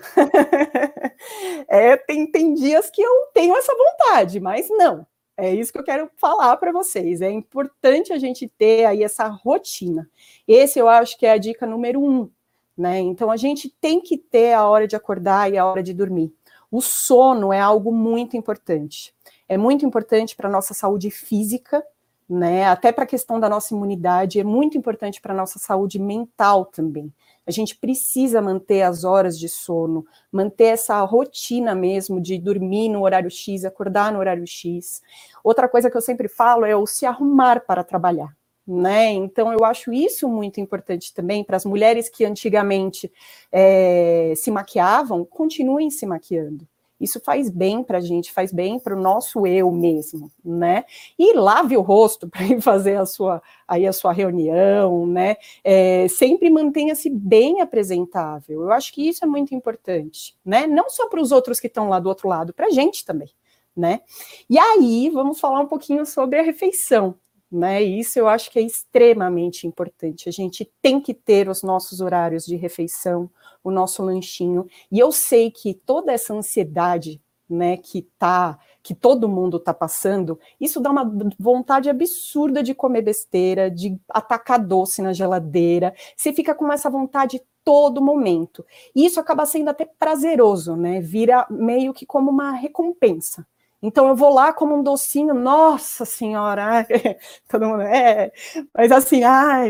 Tem dias que eu tenho essa vontade, mas não. É isso que eu quero falar para vocês. É importante a gente ter aí essa rotina. Esse eu acho que é a dica número 1, né? Então a gente tem que ter a hora de acordar e a hora de dormir. O sono é algo muito importante. É muito importante para a nossa saúde física, né? Até para a questão da nossa imunidade, é muito importante para a nossa saúde mental também. A gente precisa manter as horas de sono, manter essa rotina mesmo de dormir no horário X, acordar no horário X. Outra coisa que eu sempre falo é o se arrumar para trabalhar, né? Então eu acho isso muito importante também para as mulheres que antigamente se maquiavam, continuem se maquiando. Isso faz bem para a gente, faz bem para o nosso eu mesmo, né? E lave o rosto para ir fazer a sua reunião, né? Sempre mantenha-se bem apresentável. Eu acho que isso é muito importante, né? Não só para os outros que estão lá do outro lado, para a gente também, né? E aí, vamos falar um pouquinho sobre a refeição, né? Isso eu acho que é extremamente importante. A gente tem que ter os nossos horários de refeição, o nosso lanchinho, e eu sei que toda essa ansiedade, né, que todo mundo está passando, isso dá uma vontade absurda de comer besteira, de atacar doce na geladeira, você fica com essa vontade todo momento, e isso acaba sendo até prazeroso, né, vira meio que como uma recompensa. Então eu vou lá como um docinho, nossa senhora, todo mundo mas assim,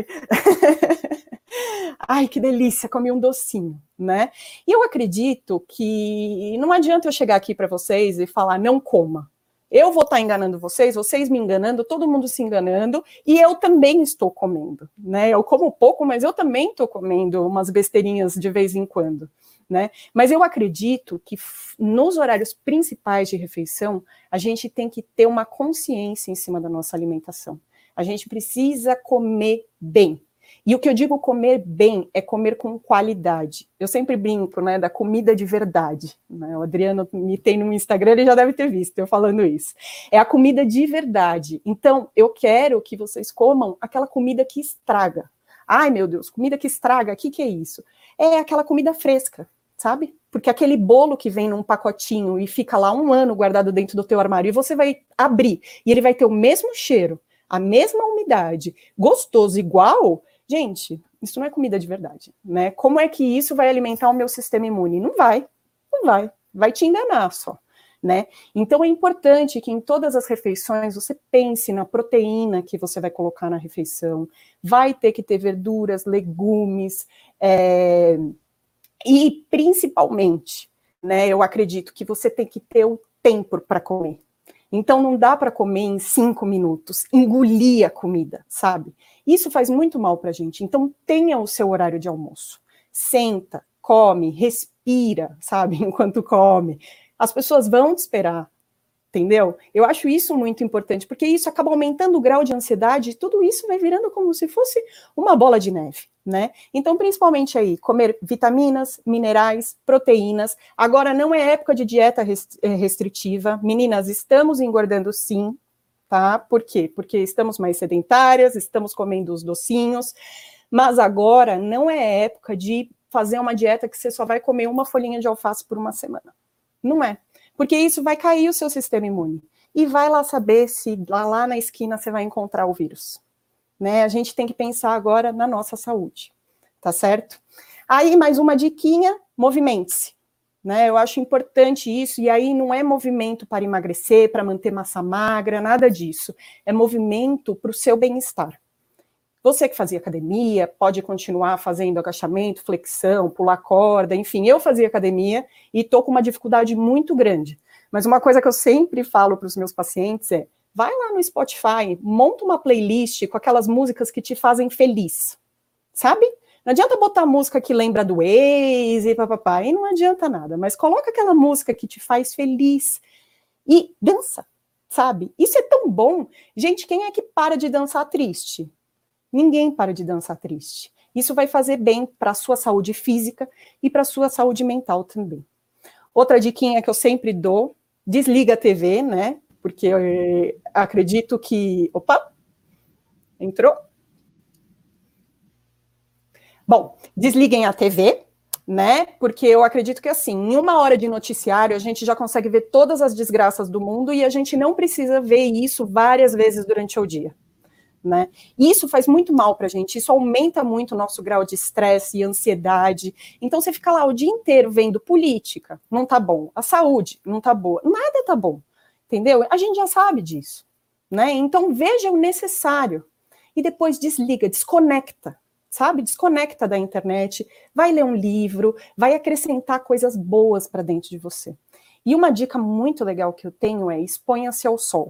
ai, que delícia, comi um docinho, né? E eu acredito que não adianta eu chegar aqui para vocês e falar, não coma. Eu vou estar enganando vocês me enganando, todo mundo se enganando, e eu também estou comendo, né? Eu como pouco, mas eu também estou comendo umas besteirinhas de vez em quando, né? Mas eu acredito que nos horários principais de refeição, a gente tem que ter uma consciência em cima da nossa alimentação. A gente precisa comer bem. E o que eu digo comer bem é comer com qualidade. Eu sempre brinco, né, da comida de verdade. Né? O Adriano me tem no Instagram, ele já deve ter visto eu falando isso. É a comida de verdade. Então, eu quero que vocês comam aquela comida que estraga. Ai, meu Deus, comida que estraga, o que é isso? É aquela comida fresca, sabe? Porque aquele bolo que vem num pacotinho e fica lá 1 ano guardado dentro do teu armário, e você vai abrir, e ele vai ter o mesmo cheiro, a mesma umidade, gostoso igual, Gente, isso não é comida de verdade, né? Como é que isso vai alimentar o meu sistema imune? Não vai, vai te enganar só, né? Então é importante que em todas as refeições você pense na proteína que você vai colocar na refeição, vai ter que ter verduras, legumes, e principalmente, né, eu acredito que você tem que ter o tempo para comer. Então não dá para comer em 5 minutos, engolir a comida, sabe? Isso faz muito mal para a gente. Então tenha o seu horário de almoço. Senta, come, respira, sabe? Enquanto come. As pessoas vão te esperar, entendeu? Eu acho isso muito importante, porque isso acaba aumentando o grau de ansiedade e tudo isso vai virando como se fosse uma bola de neve, né? Então, principalmente aí, comer vitaminas, minerais, proteínas. Agora, não é época de dieta restritiva. Meninas, estamos engordando sim, tá? Por quê? Porque estamos mais sedentárias, estamos comendo os docinhos, mas agora não é época de fazer uma dieta que você só vai comer uma folhinha de alface por uma semana. Não é. Porque isso vai cair o seu sistema imune. E vai lá saber se lá na esquina você vai encontrar o vírus. Né? A gente tem que pensar agora na nossa saúde. Tá certo? Aí, mais uma diquinha, movimente-se. Né? Eu acho importante isso, e aí não é movimento para emagrecer, para manter massa magra, nada disso. É movimento para o seu bem-estar. Você que fazia academia, pode continuar fazendo agachamento, flexão, pular corda, enfim, eu fazia academia e estou com uma dificuldade muito grande. Mas uma coisa que eu sempre falo para os meus pacientes é, vai lá no Spotify, monta uma playlist com aquelas músicas que te fazem feliz, sabe? Não adianta botar música que lembra do ex e papapá, e não adianta nada, mas coloca aquela música que te faz feliz e dança, sabe? Isso é tão bom. Gente, quem é que para de dançar triste? Ninguém para de dançar triste. Isso vai fazer bem para a sua saúde física e para a sua saúde mental também. Outra diquinha que eu sempre dou, desliga a TV, né? Porque eu acredito que... Opa! Entrou? Bom, desliguem a TV, né? Porque eu acredito que, assim, em 1 hora de noticiário, a gente já consegue ver todas as desgraças do mundo e a gente não precisa ver isso várias vezes durante o dia. Né? Isso faz muito mal para a gente, isso aumenta muito o nosso grau de estresse e ansiedade. Então você fica lá o dia inteiro vendo política, não tá bom, a saúde não tá boa, nada tá bom, entendeu? A gente já sabe disso, né? Então veja o necessário e depois desliga, desconecta, sabe? Desconecta da internet, vai ler um livro, vai acrescentar coisas boas para dentro de você. E uma dica muito legal que eu tenho é exponha-se ao sol.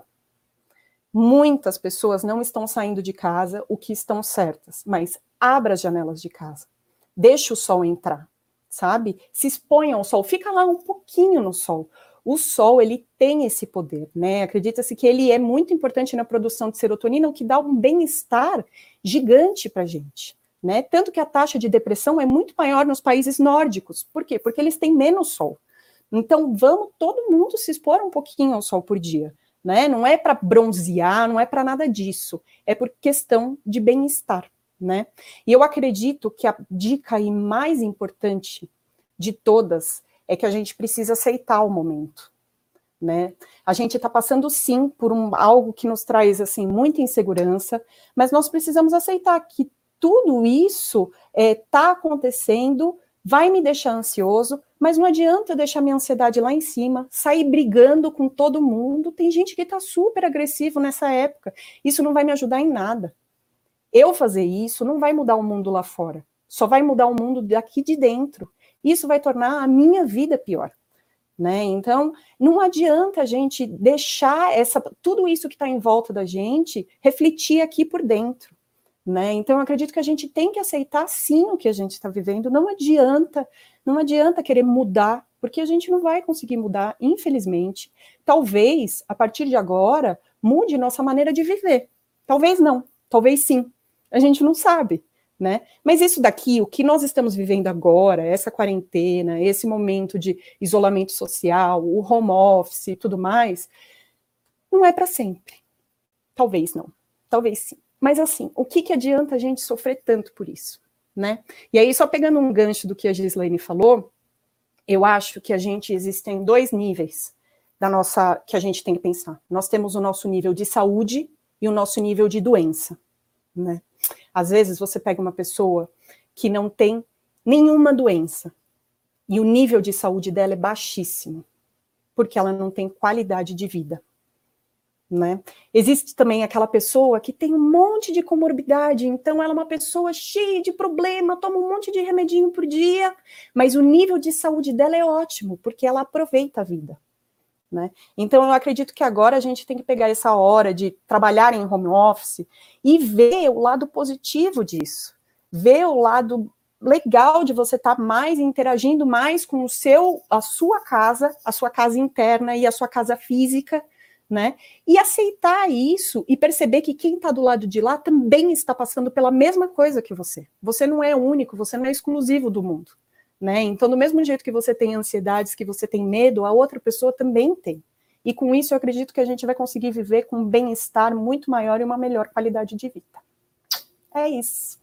Muitas pessoas não estão saindo de casa, o que estão certas, mas abra as janelas de casa, deixa o sol entrar, sabe? Se exponha ao sol, fica lá um pouquinho no sol. O sol, ele tem esse poder, né? Acredita-se que ele é muito importante na produção de serotonina, o que dá um bem-estar gigante para a gente, né? Tanto que a taxa de depressão é muito maior nos países nórdicos. Por quê? Porque eles têm menos sol. Então, vamos todo mundo se expor um pouquinho ao sol por dia. Né? Não é para bronzear, não é para nada disso, é por questão de bem-estar, né? E eu acredito que a dica aí mais importante de todas é que a gente precisa aceitar o momento, né? A gente está passando sim por algo que nos traz assim muita insegurança, mas nós precisamos aceitar que tudo isso está acontecendo, vai me deixar ansioso, mas não adianta eu deixar minha ansiedade lá em cima, sair brigando com todo mundo. Tem gente que está super agressivo nessa época. Isso não vai me ajudar em nada. Eu fazer isso não vai mudar o mundo lá fora. Só vai mudar o mundo daqui de dentro. Isso vai tornar a minha vida pior. Né? Então, não adianta a gente deixar tudo isso que está em volta da gente refletir aqui por dentro. Né? Então, eu acredito que a gente tem que aceitar sim o que a gente está vivendo. Não adianta querer mudar, porque a gente não vai conseguir mudar, infelizmente. Talvez, a partir de agora, mude nossa maneira de viver. Talvez não, talvez sim. A gente não sabe, né? Mas isso daqui, o que nós estamos vivendo agora, essa quarentena, esse momento de isolamento social, o home office e tudo mais, não é para sempre. Talvez não, talvez sim. Mas assim, o que adianta a gente sofrer tanto por isso, né? E aí, só pegando um gancho do que a Gislaine falou, eu acho que existem 2 níveis que a gente tem que pensar. Nós temos o nosso nível de saúde e o nosso nível de doença, né? Às vezes você pega uma pessoa que não tem nenhuma doença e o nível de saúde dela é baixíssimo, porque ela não tem qualidade de vida, né? Existe também aquela pessoa que tem um monte de comorbidade, então ela é uma pessoa cheia de problema, toma um monte de remedinho por dia, mas o nível de saúde dela é ótimo, porque ela aproveita a vida, né? Então eu acredito que agora a gente tem que pegar essa hora de trabalhar em home office e ver o lado positivo disso, ver o lado legal de você estar mais interagindo mais com a sua casa interna e a sua casa física, né? E aceitar isso e perceber que quem está do lado de lá também está passando pela mesma coisa que você. Você não é único, você não é exclusivo do mundo, né? Então, do mesmo jeito que você tem ansiedades, que você tem medo, a outra pessoa também tem. E com isso, eu acredito que a gente vai conseguir viver com um bem-estar muito maior e uma melhor qualidade de vida. É isso.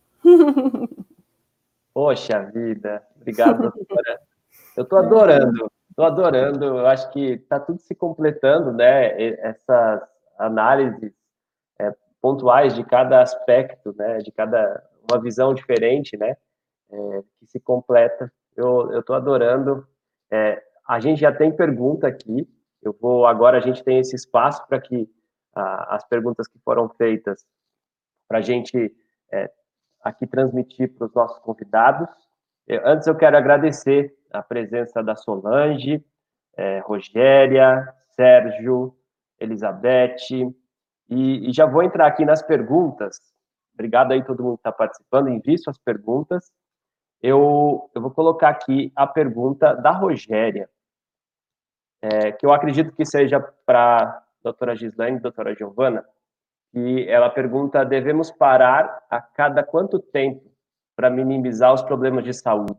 Poxa vida, obrigado, doutora. Eu estou adorando, estou adorando. Eu acho que está tudo se completando, né? Essas análises pontuais de cada aspecto, né? De cada uma visão diferente, né? Que se completa. Eu estou adorando. A gente já tem pergunta aqui. Agora a gente tem esse espaço para que as perguntas que foram feitas para a gente aqui transmitir para os nossos convidados. Antes eu quero agradecer a presença da Solange, Rogéria, Sérgio, Elizabeth, e já vou entrar aqui nas perguntas. Obrigado aí todo mundo que está participando, envie suas perguntas. Eu vou colocar aqui a pergunta da Rogéria, que eu acredito que seja para a doutora Gislaine e doutora Giovana, e ela pergunta: devemos parar a cada quanto tempo para minimizar os problemas de saúde?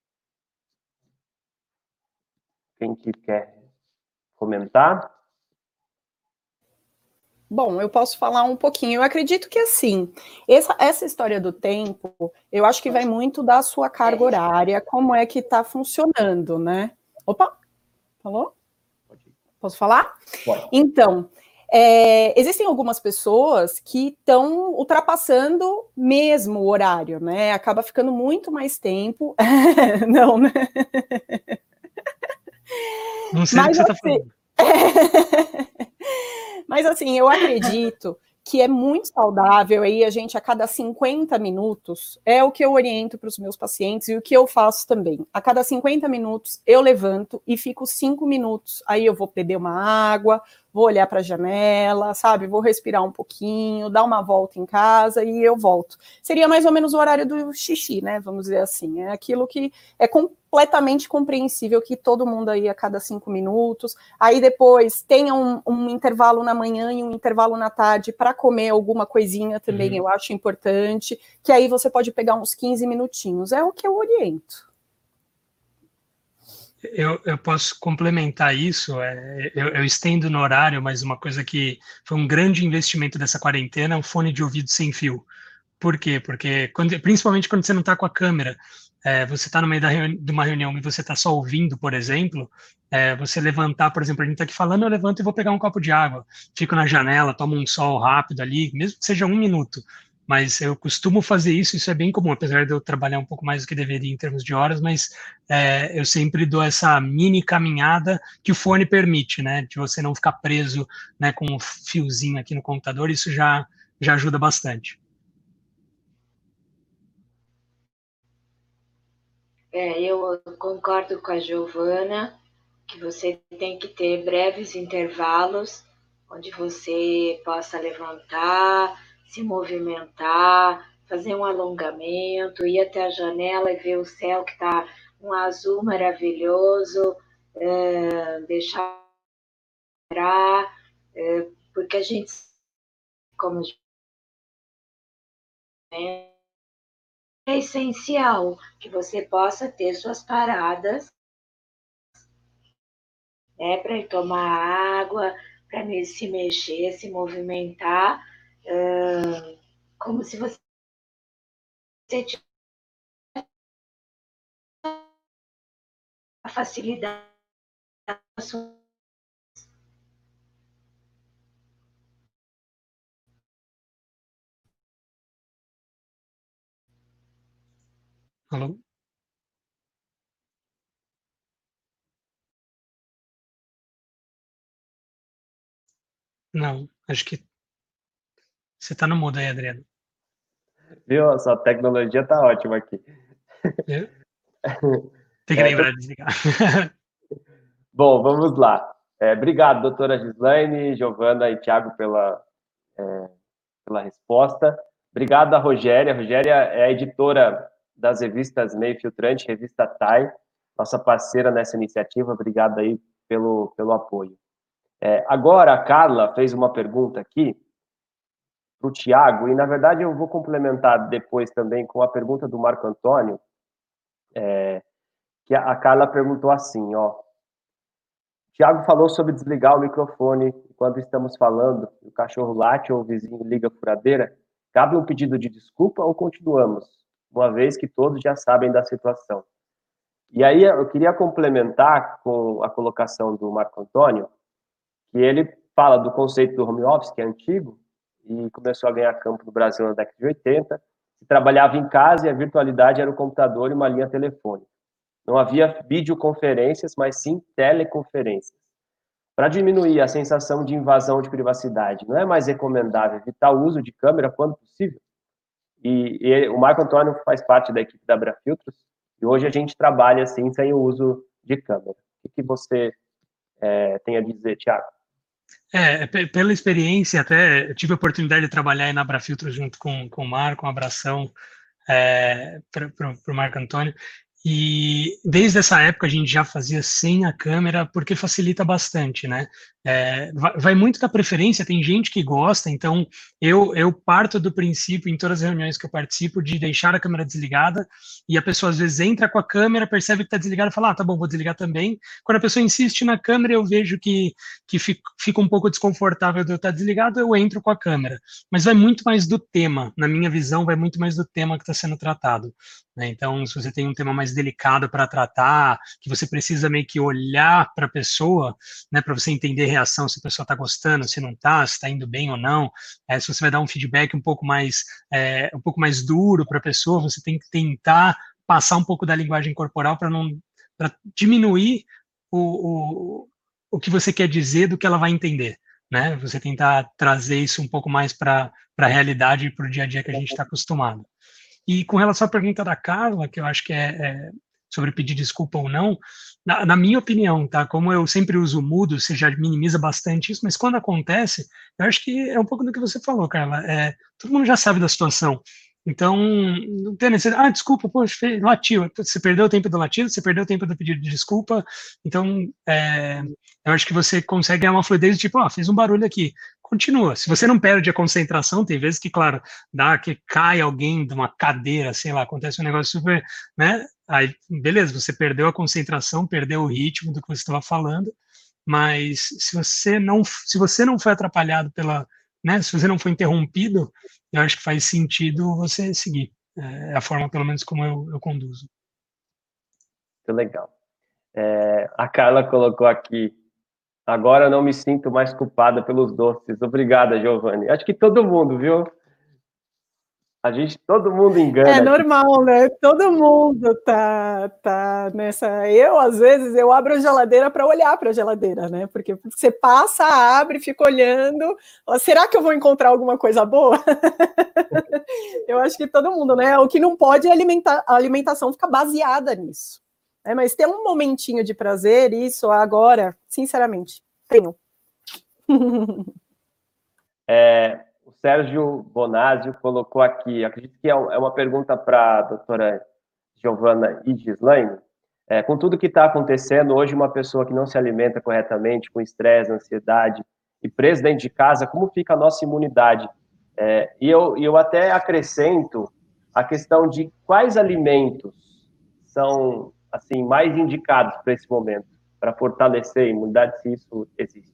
Quem que quer comentar? Bom, eu posso falar um pouquinho. Eu acredito que, assim, essa história do tempo, eu acho que vai muito da sua carga horária, como é que está funcionando, né? Opa, falou? Posso falar? Pode. Então, existem algumas pessoas que estão ultrapassando mesmo o horário, né? Acaba ficando muito mais tempo. Não, né? Não sei do que você está falando. Mas assim, eu acredito que é muito saudável aí a gente a cada 50 minutos, é o que eu oriento para os meus pacientes e o que eu faço também. A cada 50 minutos eu levanto e fico 5 minutos, aí eu vou beber uma água, vou olhar para a janela, sabe? Vou respirar um pouquinho, dar uma volta em casa e eu volto. Seria mais ou menos o horário do xixi, né? Vamos dizer assim. É aquilo que é completamente compreensível que todo mundo aí a cada 5 minutos. Aí depois tenha um intervalo na manhã e um intervalo na tarde para comer alguma coisinha também, eu acho importante, que aí você pode pegar uns 15 minutinhos. É o que eu oriento. Eu posso complementar isso, eu estendo no horário, mas uma coisa que foi um grande investimento dessa quarentena é um fone de ouvido sem fio. Por quê? Porque, principalmente quando você não está com a câmera, você está no meio de uma reunião e você está só ouvindo, por exemplo, você levantar, por exemplo, a gente está aqui falando, eu levanto e vou pegar um copo de água, fico na janela, tomo um sol rápido ali, mesmo que seja 1 minuto, mas eu costumo fazer isso é bem comum, apesar de eu trabalhar um pouco mais do que deveria em termos de horas, mas eu sempre dou essa mini caminhada que o fone permite, né, de você não ficar preso, né, com um fiozinho aqui no computador, isso já ajuda bastante. Eu concordo com a Giovana que você tem que ter breves intervalos onde você possa levantar, se movimentar, fazer um alongamento, ir até a janela e ver o céu que está um azul maravilhoso, deixar porque a gente, como é essencial que você possa ter suas paradas, né, para ir tomar água, para se mexer, se movimentar, como se você tivesse a facilidade Alô? Não, acho que você está no mudo aí, Adriano. Viu? A sua tecnologia tá ótima aqui. Tem que lembrar de desligar. Bom, vamos lá. Obrigado, doutora Gislaine, Giovana e Thiago pela resposta. Obrigado a Rogéria. A Rogéria é a editora das revistas Meio Filtrante, revista TAI, nossa parceira nessa iniciativa. Obrigado aí pelo apoio. Agora, a Carla fez uma pergunta aqui para o Thiago, e na verdade eu vou complementar depois também com a pergunta do Marco Antônio, que a Carla perguntou assim, ó. O Thiago falou sobre desligar o microfone quando estamos falando, o cachorro late ou o vizinho liga a furadeira. Cabe um pedido de desculpa ou continuamos, uma vez que todos já sabem da situação? E aí eu queria complementar com a colocação do Marco Antônio, que ele fala do conceito do home office, que é antigo, e começou a ganhar campo no Brasil na década de 80, se trabalhava em casa e a virtualidade era o computador e uma linha telefônica. Não havia videoconferências, mas sim teleconferências. Para diminuir a sensação de invasão de privacidade, não é mais recomendável evitar o uso de câmera quando possível? E o Marco Antônio faz parte da equipe da Abrafiltros, e hoje a gente trabalha assim, sem o uso de câmera. O que você tem a dizer, Thiago? Pela experiência, até eu tive a oportunidade de trabalhar aí na Abrafiltros junto com o Marco, um abração para o Marco Antônio. E desde essa época a gente já fazia sem a câmera, porque facilita bastante, né? Vai muito da preferência, tem gente que gosta, então eu parto do princípio, em todas as reuniões que eu participo, de deixar a câmera desligada, e a pessoa às vezes entra com a câmera, percebe que está desligada e fala, tá bom, vou desligar também. Quando a pessoa insiste na câmera, eu vejo que fica um pouco desconfortável de eu estar desligado, eu entro com a câmera. Mas vai muito mais do tema, na minha visão, vai muito mais do tema que está sendo tratado. Então, se você tem um tema mais delicado para tratar, que você precisa meio que olhar para a pessoa, né, para você entender a reação, se a pessoa está gostando, se não está, se está indo bem ou não, se você vai dar um feedback um pouco mais duro para a pessoa, você tem que tentar passar um pouco da linguagem corporal para diminuir o que você quer dizer do que ela vai entender, né? Você tentar trazer isso um pouco mais para a realidade e para o dia a dia que a gente está acostumado. E com relação à pergunta da Carla, que eu acho que é sobre pedir desculpa ou não, na minha opinião, tá? Como eu sempre uso o mudo, você já minimiza bastante isso, mas quando acontece, eu acho que é um pouco do que você falou, Carla. Todo mundo já sabe da situação. Então, não tem necessidade. Desculpa, poxa, latiu. Você perdeu o tempo do latido, você perdeu o tempo do pedido de desculpa. Então, eu acho que você consegue ganhar uma fluidez de tipo, fez um barulho aqui. Continua. Se você não perde a concentração, tem vezes que, claro, dá que cai alguém de uma cadeira, sei lá, acontece um negócio super, né? Aí, beleza, você perdeu a concentração, perdeu o ritmo do que você estava falando, mas se você não foi atrapalhado né, se você não foi interrompido, eu acho que faz sentido você seguir. É a forma, pelo menos, como eu conduzo. Muito legal. A Carla colocou aqui, agora eu não me sinto mais culpada pelos doces. Obrigada, Giovanni. Acho que todo mundo, viu? Todo mundo engana. É normal, né? Todo mundo tá nessa. Eu, às vezes, eu abro a geladeira para olhar para a geladeira, né? Porque você passa, abre, fica olhando. Será que eu vou encontrar alguma coisa boa? Eu acho que todo mundo, né? O que não pode é a alimentação ficar baseada nisso. Mas ter um momentinho de prazer, isso agora, sinceramente, tenho. O Sérgio Bonásio colocou aqui, acredito que é uma pergunta para a doutora Giovana e Gislaine. Com tudo que está acontecendo, hoje uma pessoa que não se alimenta corretamente, com estresse, ansiedade e preso dentro de casa, como fica a nossa imunidade? E eu até acrescento a questão de quais alimentos são assim mais indicados para esse momento, para fortalecer a imunidade, se isso existe.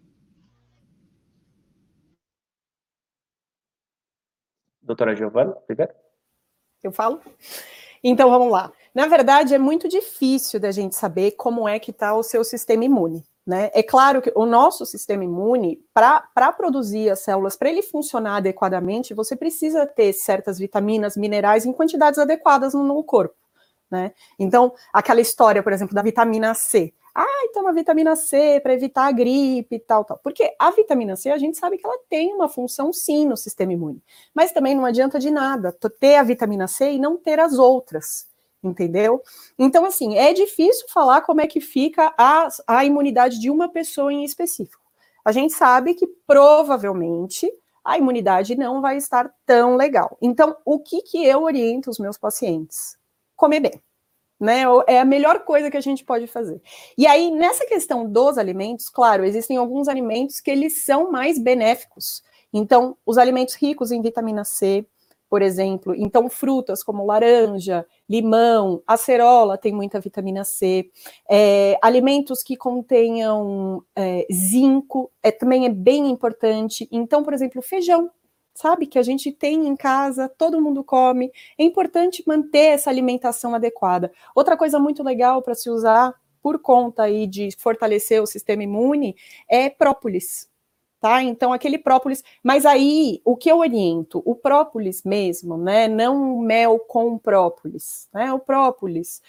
Doutora Giovana, primeiro? Eu falo? Então, vamos lá. Na verdade, é muito difícil da gente saber como é que está o seu sistema imune, né? É claro que o nosso sistema imune, para produzir as células, para ele funcionar adequadamente, você precisa ter certas vitaminas, minerais em quantidades adequadas no corpo, né? Então, aquela história, por exemplo, da vitamina C. Toma vitamina C para evitar a gripe e tal. Porque a vitamina C, a gente sabe que ela tem uma função, sim, no sistema imune. Mas também não adianta de nada ter a vitamina C e não ter as outras, entendeu? Então, assim, é difícil falar como é que fica a imunidade de uma pessoa em específico. A gente sabe que, provavelmente, a imunidade não vai estar tão legal. Então, o que eu oriento os meus pacientes? Comer bem. Né, é a melhor coisa que a gente pode fazer. E aí, nessa questão dos alimentos, claro, existem alguns alimentos que eles são mais benéficos. Então, os alimentos ricos em vitamina C, por exemplo, então frutas como laranja, limão, acerola tem muita vitamina C, alimentos que contenham zinco também é bem importante. Então, por exemplo, feijão, sabe, que a gente tem em casa, todo mundo come, é importante manter essa alimentação adequada. Outra coisa muito legal para se usar, por conta aí de fortalecer o sistema imune, é própolis, tá? Então, aquele própolis, mas aí, o que eu oriento? O própolis mesmo, né, não o mel com própolis, né, o própolis,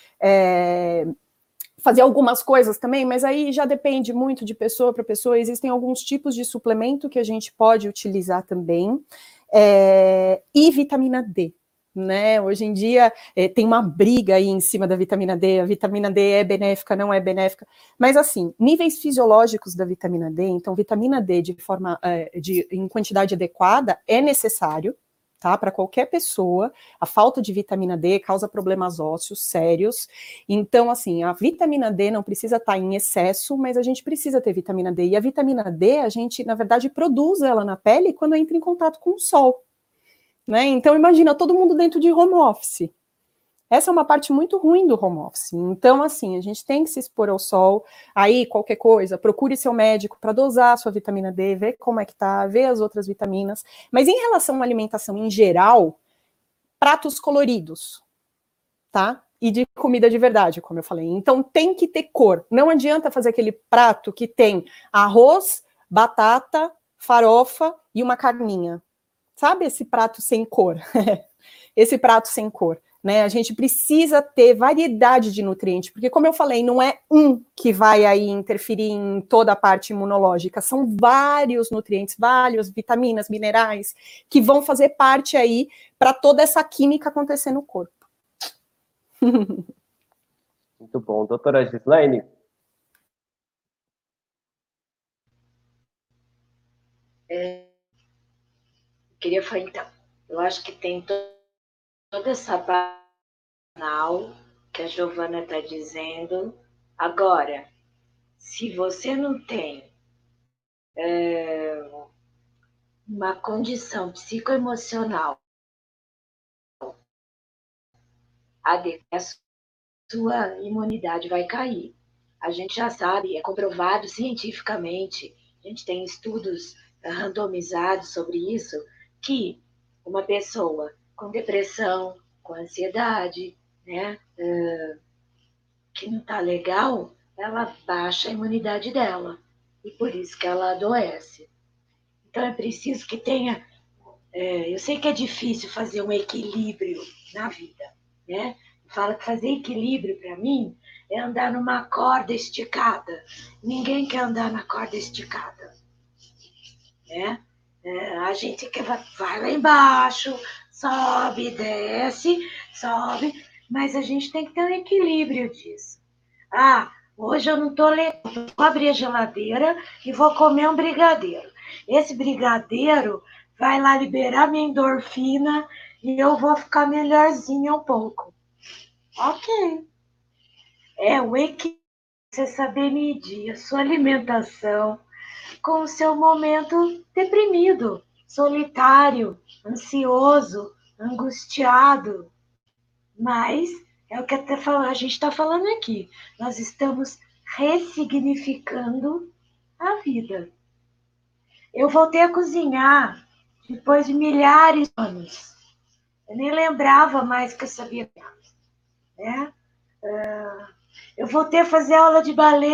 fazer algumas coisas também, mas aí já depende muito de pessoa para pessoa. Existem alguns tipos de suplemento que a gente pode utilizar também, e vitamina D, né? Hoje em dia tem uma briga aí em cima da vitamina D, a vitamina D é benéfica, não é benéfica, mas assim, níveis fisiológicos da vitamina D, então vitamina D em quantidade adequada é necessário, tá? Para qualquer pessoa, a falta de vitamina D causa problemas ósseos sérios. Então, assim, a vitamina D não precisa estar em excesso, mas a gente precisa ter vitamina D. E a vitamina D, a gente, na verdade, produz ela na pele quando entra em contato com o sol, né? Então, imagina, todo mundo dentro de home office. Essa é uma parte muito ruim do home office. Então, assim, a gente tem que se expor ao sol. Aí, qualquer coisa, procure seu médico para dosar a sua vitamina D, ver como é que tá, ver as outras vitaminas. Mas em relação à alimentação em geral, pratos coloridos, tá? E de comida de verdade, como eu falei. Então, tem que ter cor. Não adianta fazer aquele prato que tem arroz, batata, farofa e uma carninha. Sabe esse prato sem cor? Esse prato sem cor. Né, a gente precisa ter variedade de nutrientes, porque como eu falei, não é um que vai aí interferir em toda a parte imunológica, são vários nutrientes, várias vitaminas, minerais, que vão fazer parte aí para toda essa química acontecer no corpo. Muito bom. Doutora Gislaine? Queria falar, então, eu acho que tem toda essa banal que a Giovana está dizendo. Agora, se você não tem uma condição psicoemocional adequada, a sua imunidade vai cair. A gente já sabe, é comprovado cientificamente, a gente tem estudos randomizados sobre isso, que uma pessoa com depressão, com ansiedade, né, que não está legal, ela baixa a imunidade dela. E por isso que ela adoece. Então é preciso que tenha... eu sei que é difícil fazer um equilíbrio na vida, né? Fala que fazer equilíbrio, para mim, é andar numa corda esticada. Ninguém quer andar na corda esticada, né? A gente vai lá embaixo, sobe, desce, sobe, mas a gente tem que ter um equilíbrio disso. Hoje eu não estou legal, vou abrir a geladeira e vou comer um brigadeiro. Esse brigadeiro vai lá liberar minha endorfina e eu vou ficar melhorzinha um pouco. Ok. É o equilíbrio, você saber medir a sua alimentação com o seu momento deprimido, solitário, ansioso, angustiado. Mas é o que a gente está falando aqui. Nós estamos ressignificando a vida. Eu voltei a cozinhar depois de milhares de anos. Eu nem lembrava mais que eu sabia, né? Eu voltei a fazer aula de balé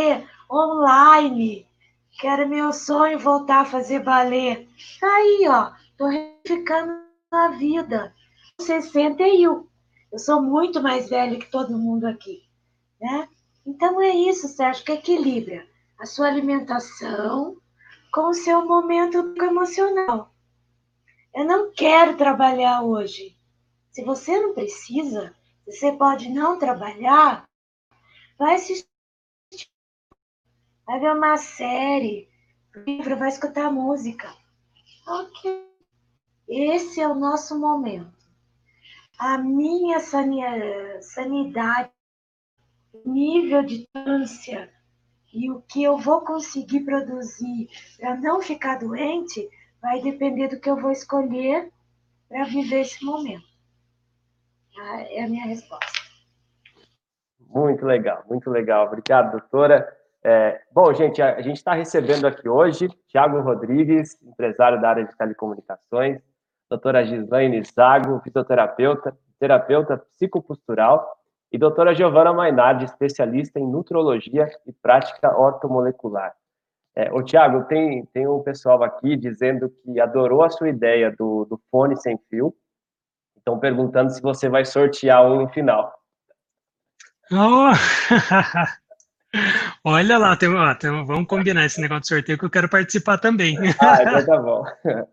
online, que era meu sonho voltar a fazer balé. Tá aí, ó, tô ficando a vida. 61. Eu sou muito mais velha que todo mundo aqui, né? Então é isso, Sérgio, que equilibra a sua alimentação com o seu momento emocional. Eu não quero trabalhar hoje. Se você não precisa, você pode não trabalhar, vai assistir, vai ver uma série, livro, vai escutar música. Ok. Esse é o nosso momento. A minha sanidade, nível de ânsia e o que eu vou conseguir produzir para não ficar doente vai depender do que eu vou escolher para viver esse momento. É a minha resposta. Muito legal, muito legal. Obrigado, doutora. Bom, gente, a gente está recebendo aqui hoje Thiago Rodrigues, empresário da área de telecomunicações, doutora Gislaine Zago, fisioterapeuta, terapeuta psicopostural, e doutora Giovana Mainardi, especialista em nutrologia e prática ortomolecular. Ô, Thiago, tem um pessoal aqui dizendo que adorou a sua ideia do fone sem fio, estão perguntando se você vai sortear um no final. Oh! Olha lá, vamos combinar esse negócio de sorteio que eu quero participar também. Então tá bom.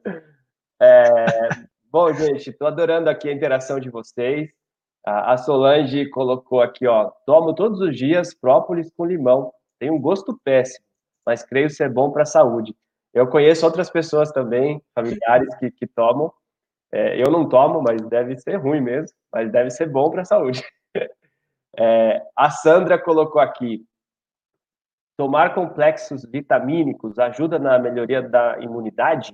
Bom, gente, estou adorando aqui a interação de vocês. A Solange colocou aqui, ó, tomo todos os dias própolis com limão. Tem um gosto péssimo, mas creio ser bom para a saúde. Eu conheço outras pessoas também, familiares que tomam. Eu não tomo, mas deve ser ruim mesmo, mas deve ser bom para a saúde. A Sandra colocou aqui, tomar complexos vitamínicos ajuda na melhoria da imunidade?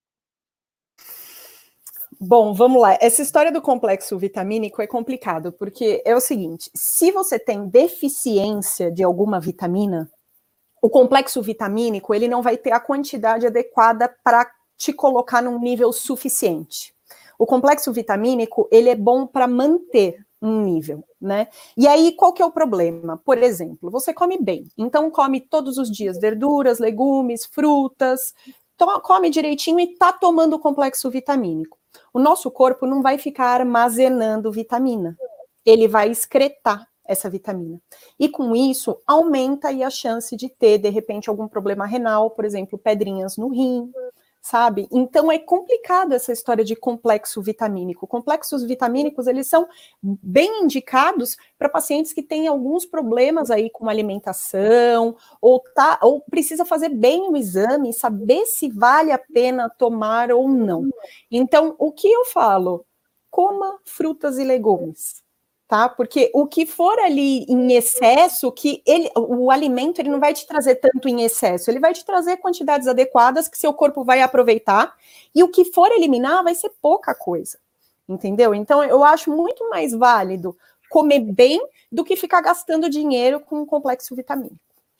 Bom, vamos lá. Essa história do complexo vitamínico é complicado, porque é o seguinte, se você tem deficiência de alguma vitamina, o complexo vitamínico, ele não vai ter a quantidade adequada para te colocar num nível suficiente. O complexo vitamínico, ele é bom para manter um nível, né? E aí, qual que é o problema? Por exemplo, você come bem, então come todos os dias verduras, legumes, frutas, come direitinho e tá tomando o complexo vitamínico. O nosso corpo não vai ficar armazenando vitamina, ele vai excretar essa vitamina. E com isso, aumenta aí a chance de ter, de repente, algum problema renal, por exemplo, pedrinhas no rim, sabe? Então é complicado essa história de complexo vitamínico. Complexos vitamínicos, eles são bem indicados para pacientes que têm alguns problemas aí com alimentação, ou precisa fazer bem o exame, saber se vale a pena tomar ou não. Então, o que eu falo? Coma frutas e legumes. Tá? Porque o que for ali em excesso, o alimento ele não vai te trazer tanto em excesso, ele vai te trazer quantidades adequadas que seu corpo vai aproveitar, e o que for eliminar vai ser pouca coisa, entendeu? Então eu acho muito mais válido comer bem do que ficar gastando dinheiro com um complexo vitamínico.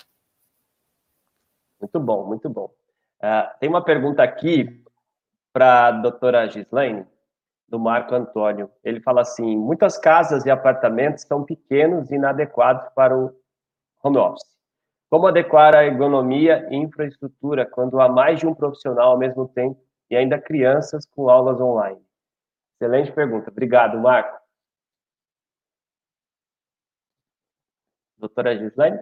Muito bom, muito bom. Tem uma pergunta aqui para a doutora Gislaine, do Marco Antônio. Ele fala assim, muitas casas e apartamentos são pequenos e inadequados para o home office. Como adequar a ergonomia e infraestrutura quando há mais de um profissional ao mesmo tempo e ainda crianças com aulas online? Excelente pergunta. Obrigado, Marco. Doutora Gislaine?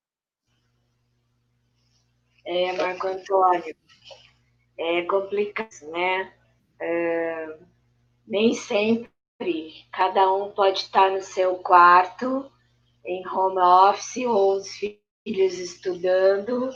Marco Antônio, é complicado, né? Nem sempre cada um pode estar no seu quarto, em home office, ou os filhos estudando.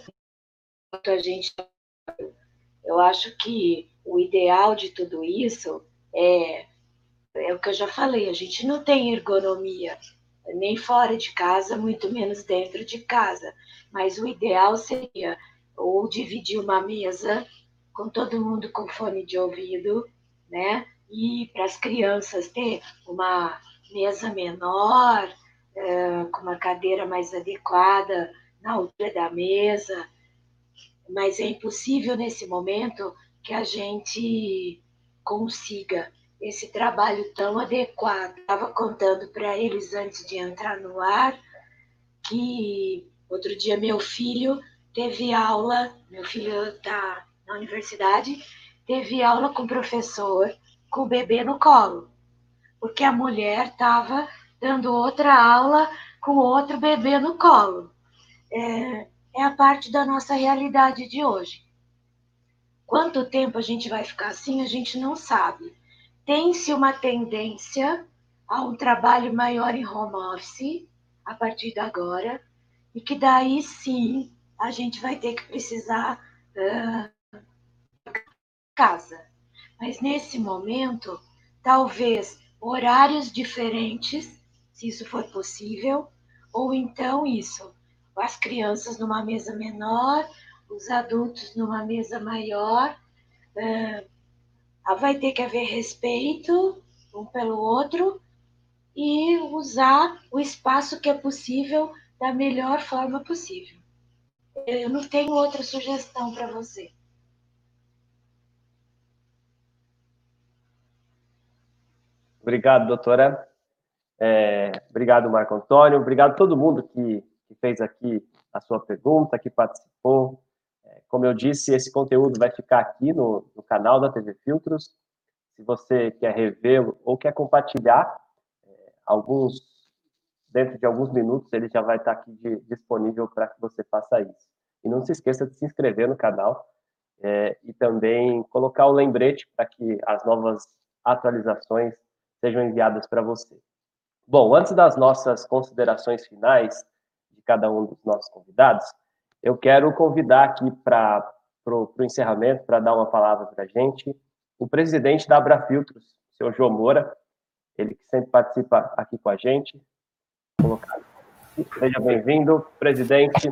Eu acho que o ideal de tudo isso é o que eu já falei, a gente não tem ergonomia, nem fora de casa, muito menos dentro de casa. Mas o ideal seria ou dividir uma mesa com todo mundo com fone de ouvido, né? E para as crianças ter uma mesa menor, com uma cadeira mais adequada na altura da mesa. Mas é impossível nesse momento que a gente consiga esse trabalho tão adequado. Estava contando para eles antes de entrar no ar que Outro dia meu filho teve aula, meu filho está na universidade, teve aula com o professor com o bebê no colo, porque a mulher estava dando outra aula com outro bebê no colo. É a parte da nossa realidade de hoje. Quanto tempo a gente vai ficar assim, a gente não sabe. Tem-se uma tendência a um trabalho maior em home office a partir de agora, e que daí sim a gente vai ter que precisar casa. Mas nesse momento, talvez horários diferentes, se isso for possível, ou então isso, as crianças numa mesa menor, os adultos numa mesa maior, vai ter que haver respeito um pelo outro e usar o espaço que é possível da melhor forma possível. Eu não tenho outra sugestão para você. Obrigado, doutora. Obrigado, Marco Antônio. Obrigado a todo mundo que fez aqui a sua pergunta, que participou. Como eu disse, esse conteúdo vai ficar aqui no canal da TV Filtros. Se você quer revê-lo ou quer compartilhar, dentro de alguns minutos ele já vai estar aqui disponível para que você faça isso. E não se esqueça de se inscrever no canal e também colocar o lembrete para que as novas atualizações sejam enviadas para você. Bom, antes das nossas considerações finais de cada um dos nossos convidados, eu quero convidar aqui para o encerramento, para dar uma palavra para a gente, o presidente da Abrafiltros, o senhor João Moura, ele que sempre participa aqui com a gente. Seja bem-vindo, presidente.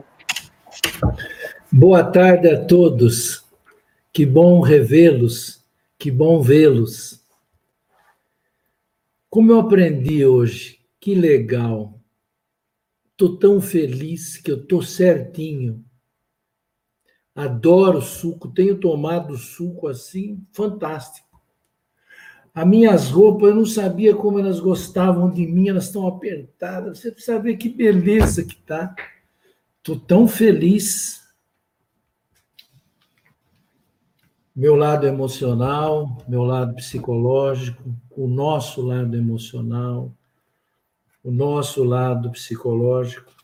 Boa tarde a todos. Que bom revê-los, que bom vê-los. Como eu aprendi hoje, que legal. Estou tão feliz que eu estou certinho. Adoro suco, tenho tomado suco assim, fantástico. As minhas roupas, eu não sabia como elas gostavam de mim, elas estão apertadas. Você precisa ver que beleza que tá. Estou tão feliz. Meu lado emocional, meu lado psicológico, o nosso lado emocional, o nosso lado psicológico.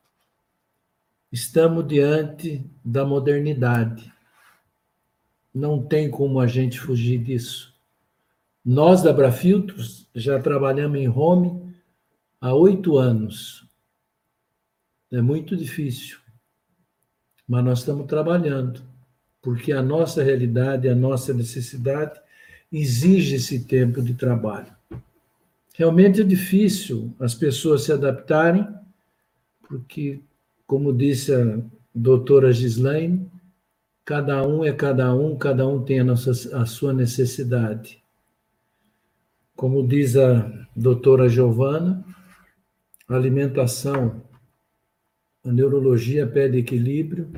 Estamos diante da modernidade. Não tem como a gente fugir disso. Nós, da Abrafiltros, já trabalhamos em home há 8 anos. É muito difícil, mas nós estamos trabalhando, porque a nossa realidade, a nossa necessidade exige esse tempo de trabalho. Realmente é difícil as pessoas se adaptarem, porque, como disse a doutora Gislaine, cada um é cada um tem a sua necessidade. Como diz a doutora Giovana, a alimentação, a neurologia pede equilíbrio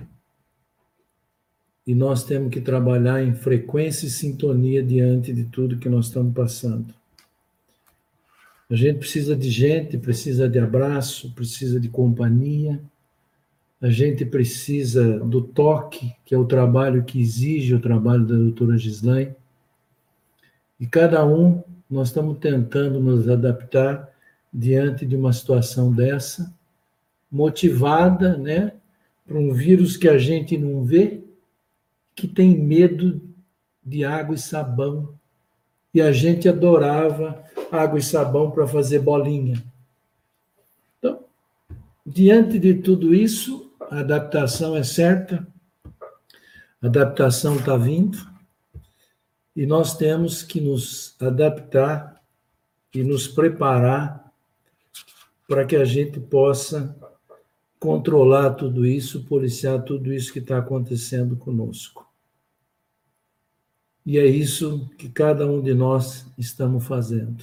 e nós temos que trabalhar em frequência e sintonia diante de tudo que nós estamos passando. A gente precisa de gente, precisa de abraço, precisa de companhia, a gente precisa do toque, que é o trabalho que exige o trabalho da doutora Gislaine, e cada um, nós estamos tentando nos adaptar diante de uma situação dessa, motivada, né, por um vírus que a gente não vê, que tem medo de água e sabão, e a gente adorava água e sabão para fazer bolinha. Então, diante de tudo isso, a adaptação é certa, a adaptação está vindo, e nós temos que nos adaptar e nos preparar para que a gente possa controlar tudo isso, policiar tudo isso que está acontecendo conosco. E é isso que cada um de nós estamos fazendo.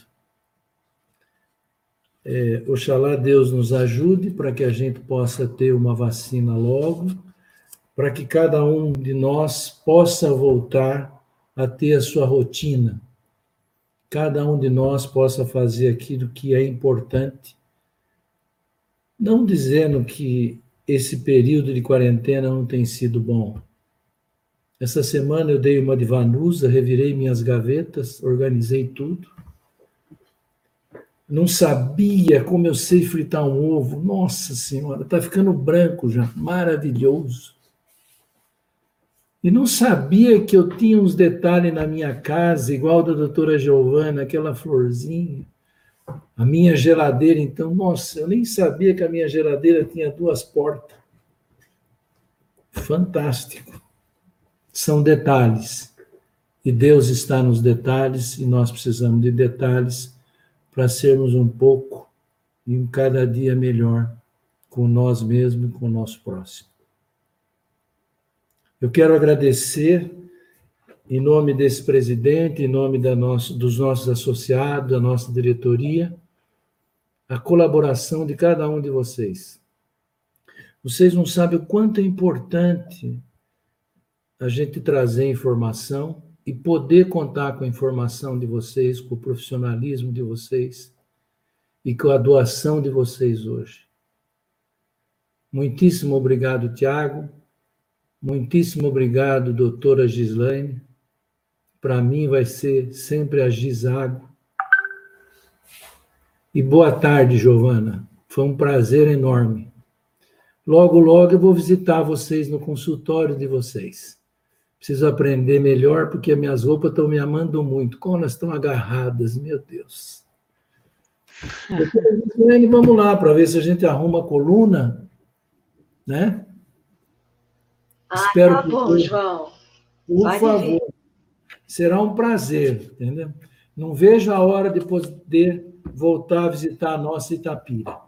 Oxalá Deus nos ajude para que a gente possa ter uma vacina logo, para que cada um de nós possa voltar a ter a sua rotina. Cada um de nós possa fazer aquilo que é importante, não dizendo que esse período de quarentena não tem sido bom. Essa semana eu dei uma de Vanusa, revirei minhas gavetas, organizei tudo. Não sabia como eu sei fritar um ovo. Nossa Senhora, está ficando branco já, maravilhoso. E não sabia que eu tinha uns detalhes na minha casa, igual da doutora Giovana, aquela florzinha. A minha geladeira, então, nossa, eu nem sabia que a minha geladeira tinha 2 portas. Fantástico. São detalhes. E Deus está nos detalhes, e nós precisamos de detalhes para sermos um pouco e um cada dia melhor com nós mesmos e com o nosso próximo. Eu quero agradecer, em nome desse presidente, em nome dos nossos associados, da nossa diretoria, a colaboração de cada um de vocês. Vocês não sabem o quanto é importante a gente trazer informação e poder contar com a informação de vocês, com o profissionalismo de vocês e com a doação de vocês hoje. Muitíssimo obrigado, Tiago. Muitíssimo obrigado, doutora Gislaine. Para mim vai ser sempre a Gisago. E boa tarde, Giovana. Foi um prazer enorme. Logo, logo eu vou visitar vocês no consultório de vocês. Preciso aprender melhor, porque as minhas roupas estão me amando muito. Como elas estão agarradas, meu Deus. Vamos lá, para ver se a gente arruma a coluna, né? Espero tá bom, João. Por favor. Será um prazer, entendeu? Não vejo a hora de poder voltar a visitar a nossa Itapira.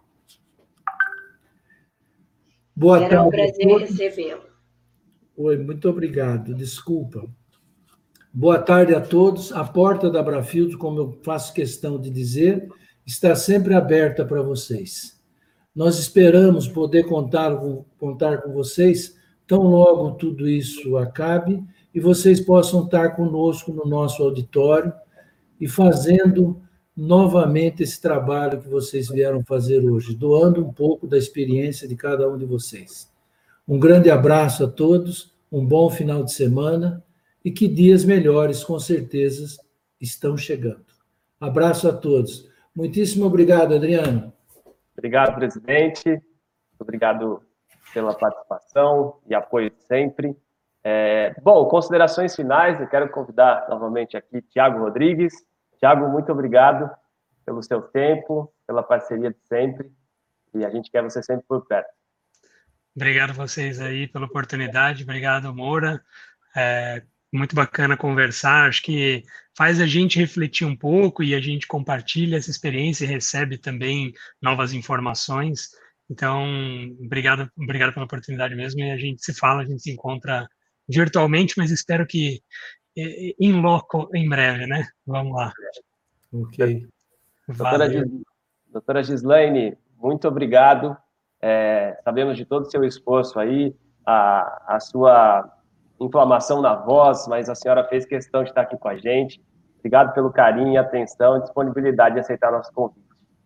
Boa tarde. Será um prazer recebê-lo. Oi, muito obrigado. Desculpa. Boa tarde a todos. A porta da Abrafiltros, como eu faço questão de dizer, está sempre aberta para vocês. Nós esperamos poder contar com vocês tão logo tudo isso acabe e vocês possam estar conosco no nosso auditório e fazendo novamente esse trabalho que vocês vieram fazer hoje, doando um pouco da experiência de cada um de vocês. Um grande abraço a todos, um bom final de semana e que dias melhores, com certeza, estão chegando. Abraço a todos. Muitíssimo obrigado, Adriano. Obrigado, presidente. Obrigado pela participação e apoio sempre. Bom, considerações finais, eu quero convidar novamente aqui Tiago Rodrigues. Tiago, muito obrigado pelo seu tempo, pela parceria de sempre, e a gente quer você sempre por perto. Obrigado a vocês aí pela oportunidade, obrigado, Moura. Muito bacana conversar, acho que faz a gente refletir um pouco e a gente compartilha essa experiência e recebe também novas informações. Então, obrigado pela oportunidade mesmo, e a gente se fala, a gente se encontra virtualmente, mas espero que em loco em breve, né? Vamos lá. Ok. Doutora Gislaine, muito obrigado. Sabemos de todo o seu esforço aí, a sua inflamação na voz, mas a senhora fez questão de estar aqui com a gente. Obrigado pelo carinho, atenção e disponibilidade de aceitar nosso convite.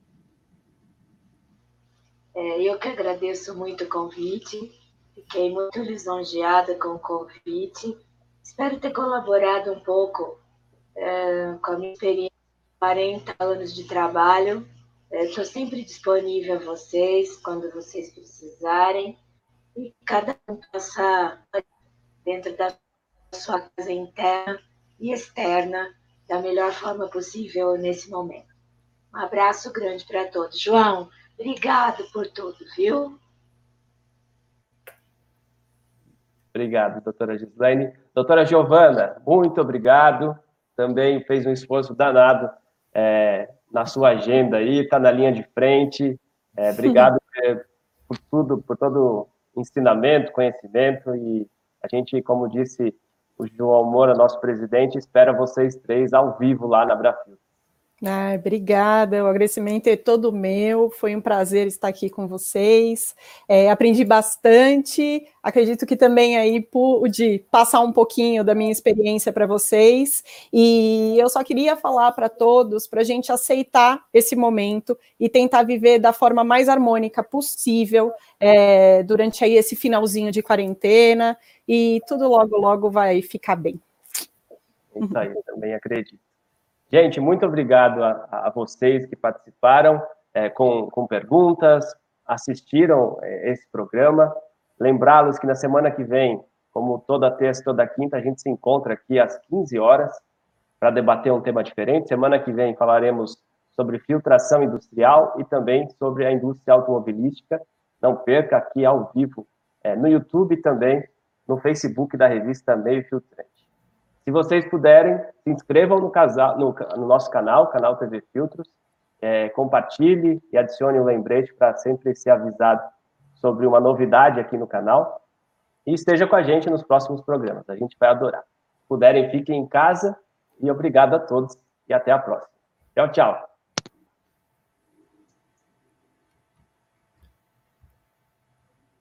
Eu que agradeço muito o convite, fiquei muito lisonjeada com o convite. Espero ter colaborado um pouco com a minha experiência de 40 anos de trabalho. Estou sempre disponível a vocês, quando vocês precisarem. E cada um possa, dentro da sua casa interna e externa, da melhor forma possível nesse momento. Um abraço grande para todos. João, obrigado por tudo, viu? Obrigado, doutora Gislaine. Doutora Giovana, muito obrigado. Também fez um esforço danado na sua agenda aí, está na linha de frente. Obrigado por tudo, por todo o ensinamento, conhecimento. E a gente, como disse o João Moura, nosso presidente, espera vocês três ao vivo lá na Abrafiltros. Obrigada, o agradecimento é todo meu, foi um prazer estar aqui com vocês, aprendi bastante, acredito que também aí pude passar um pouquinho da minha experiência para vocês, e eu só queria falar para todos, para a gente aceitar esse momento e tentar viver da forma mais harmônica possível durante aí esse finalzinho de quarentena, e tudo logo, logo vai ficar bem. Isso aí, também acredito. Gente, muito obrigado a vocês que participaram com perguntas, assistiram esse programa. Lembrá-los que na semana que vem, como toda terça e toda quinta, a gente se encontra aqui às 15 horas para debater um tema diferente. Semana que vem falaremos sobre filtração industrial e também sobre a indústria automobilística. Não perca, aqui ao vivo, no YouTube e também no Facebook da revista Meio Filtrante. Se vocês puderem, se inscrevam no nosso canal TV Filtros, compartilhe e adicione um lembrete para sempre ser avisado sobre uma novidade aqui no canal. E esteja com a gente nos próximos programas, a gente vai adorar. Se puderem, fiquem em casa e obrigado a todos e até a próxima. Tchau, tchau.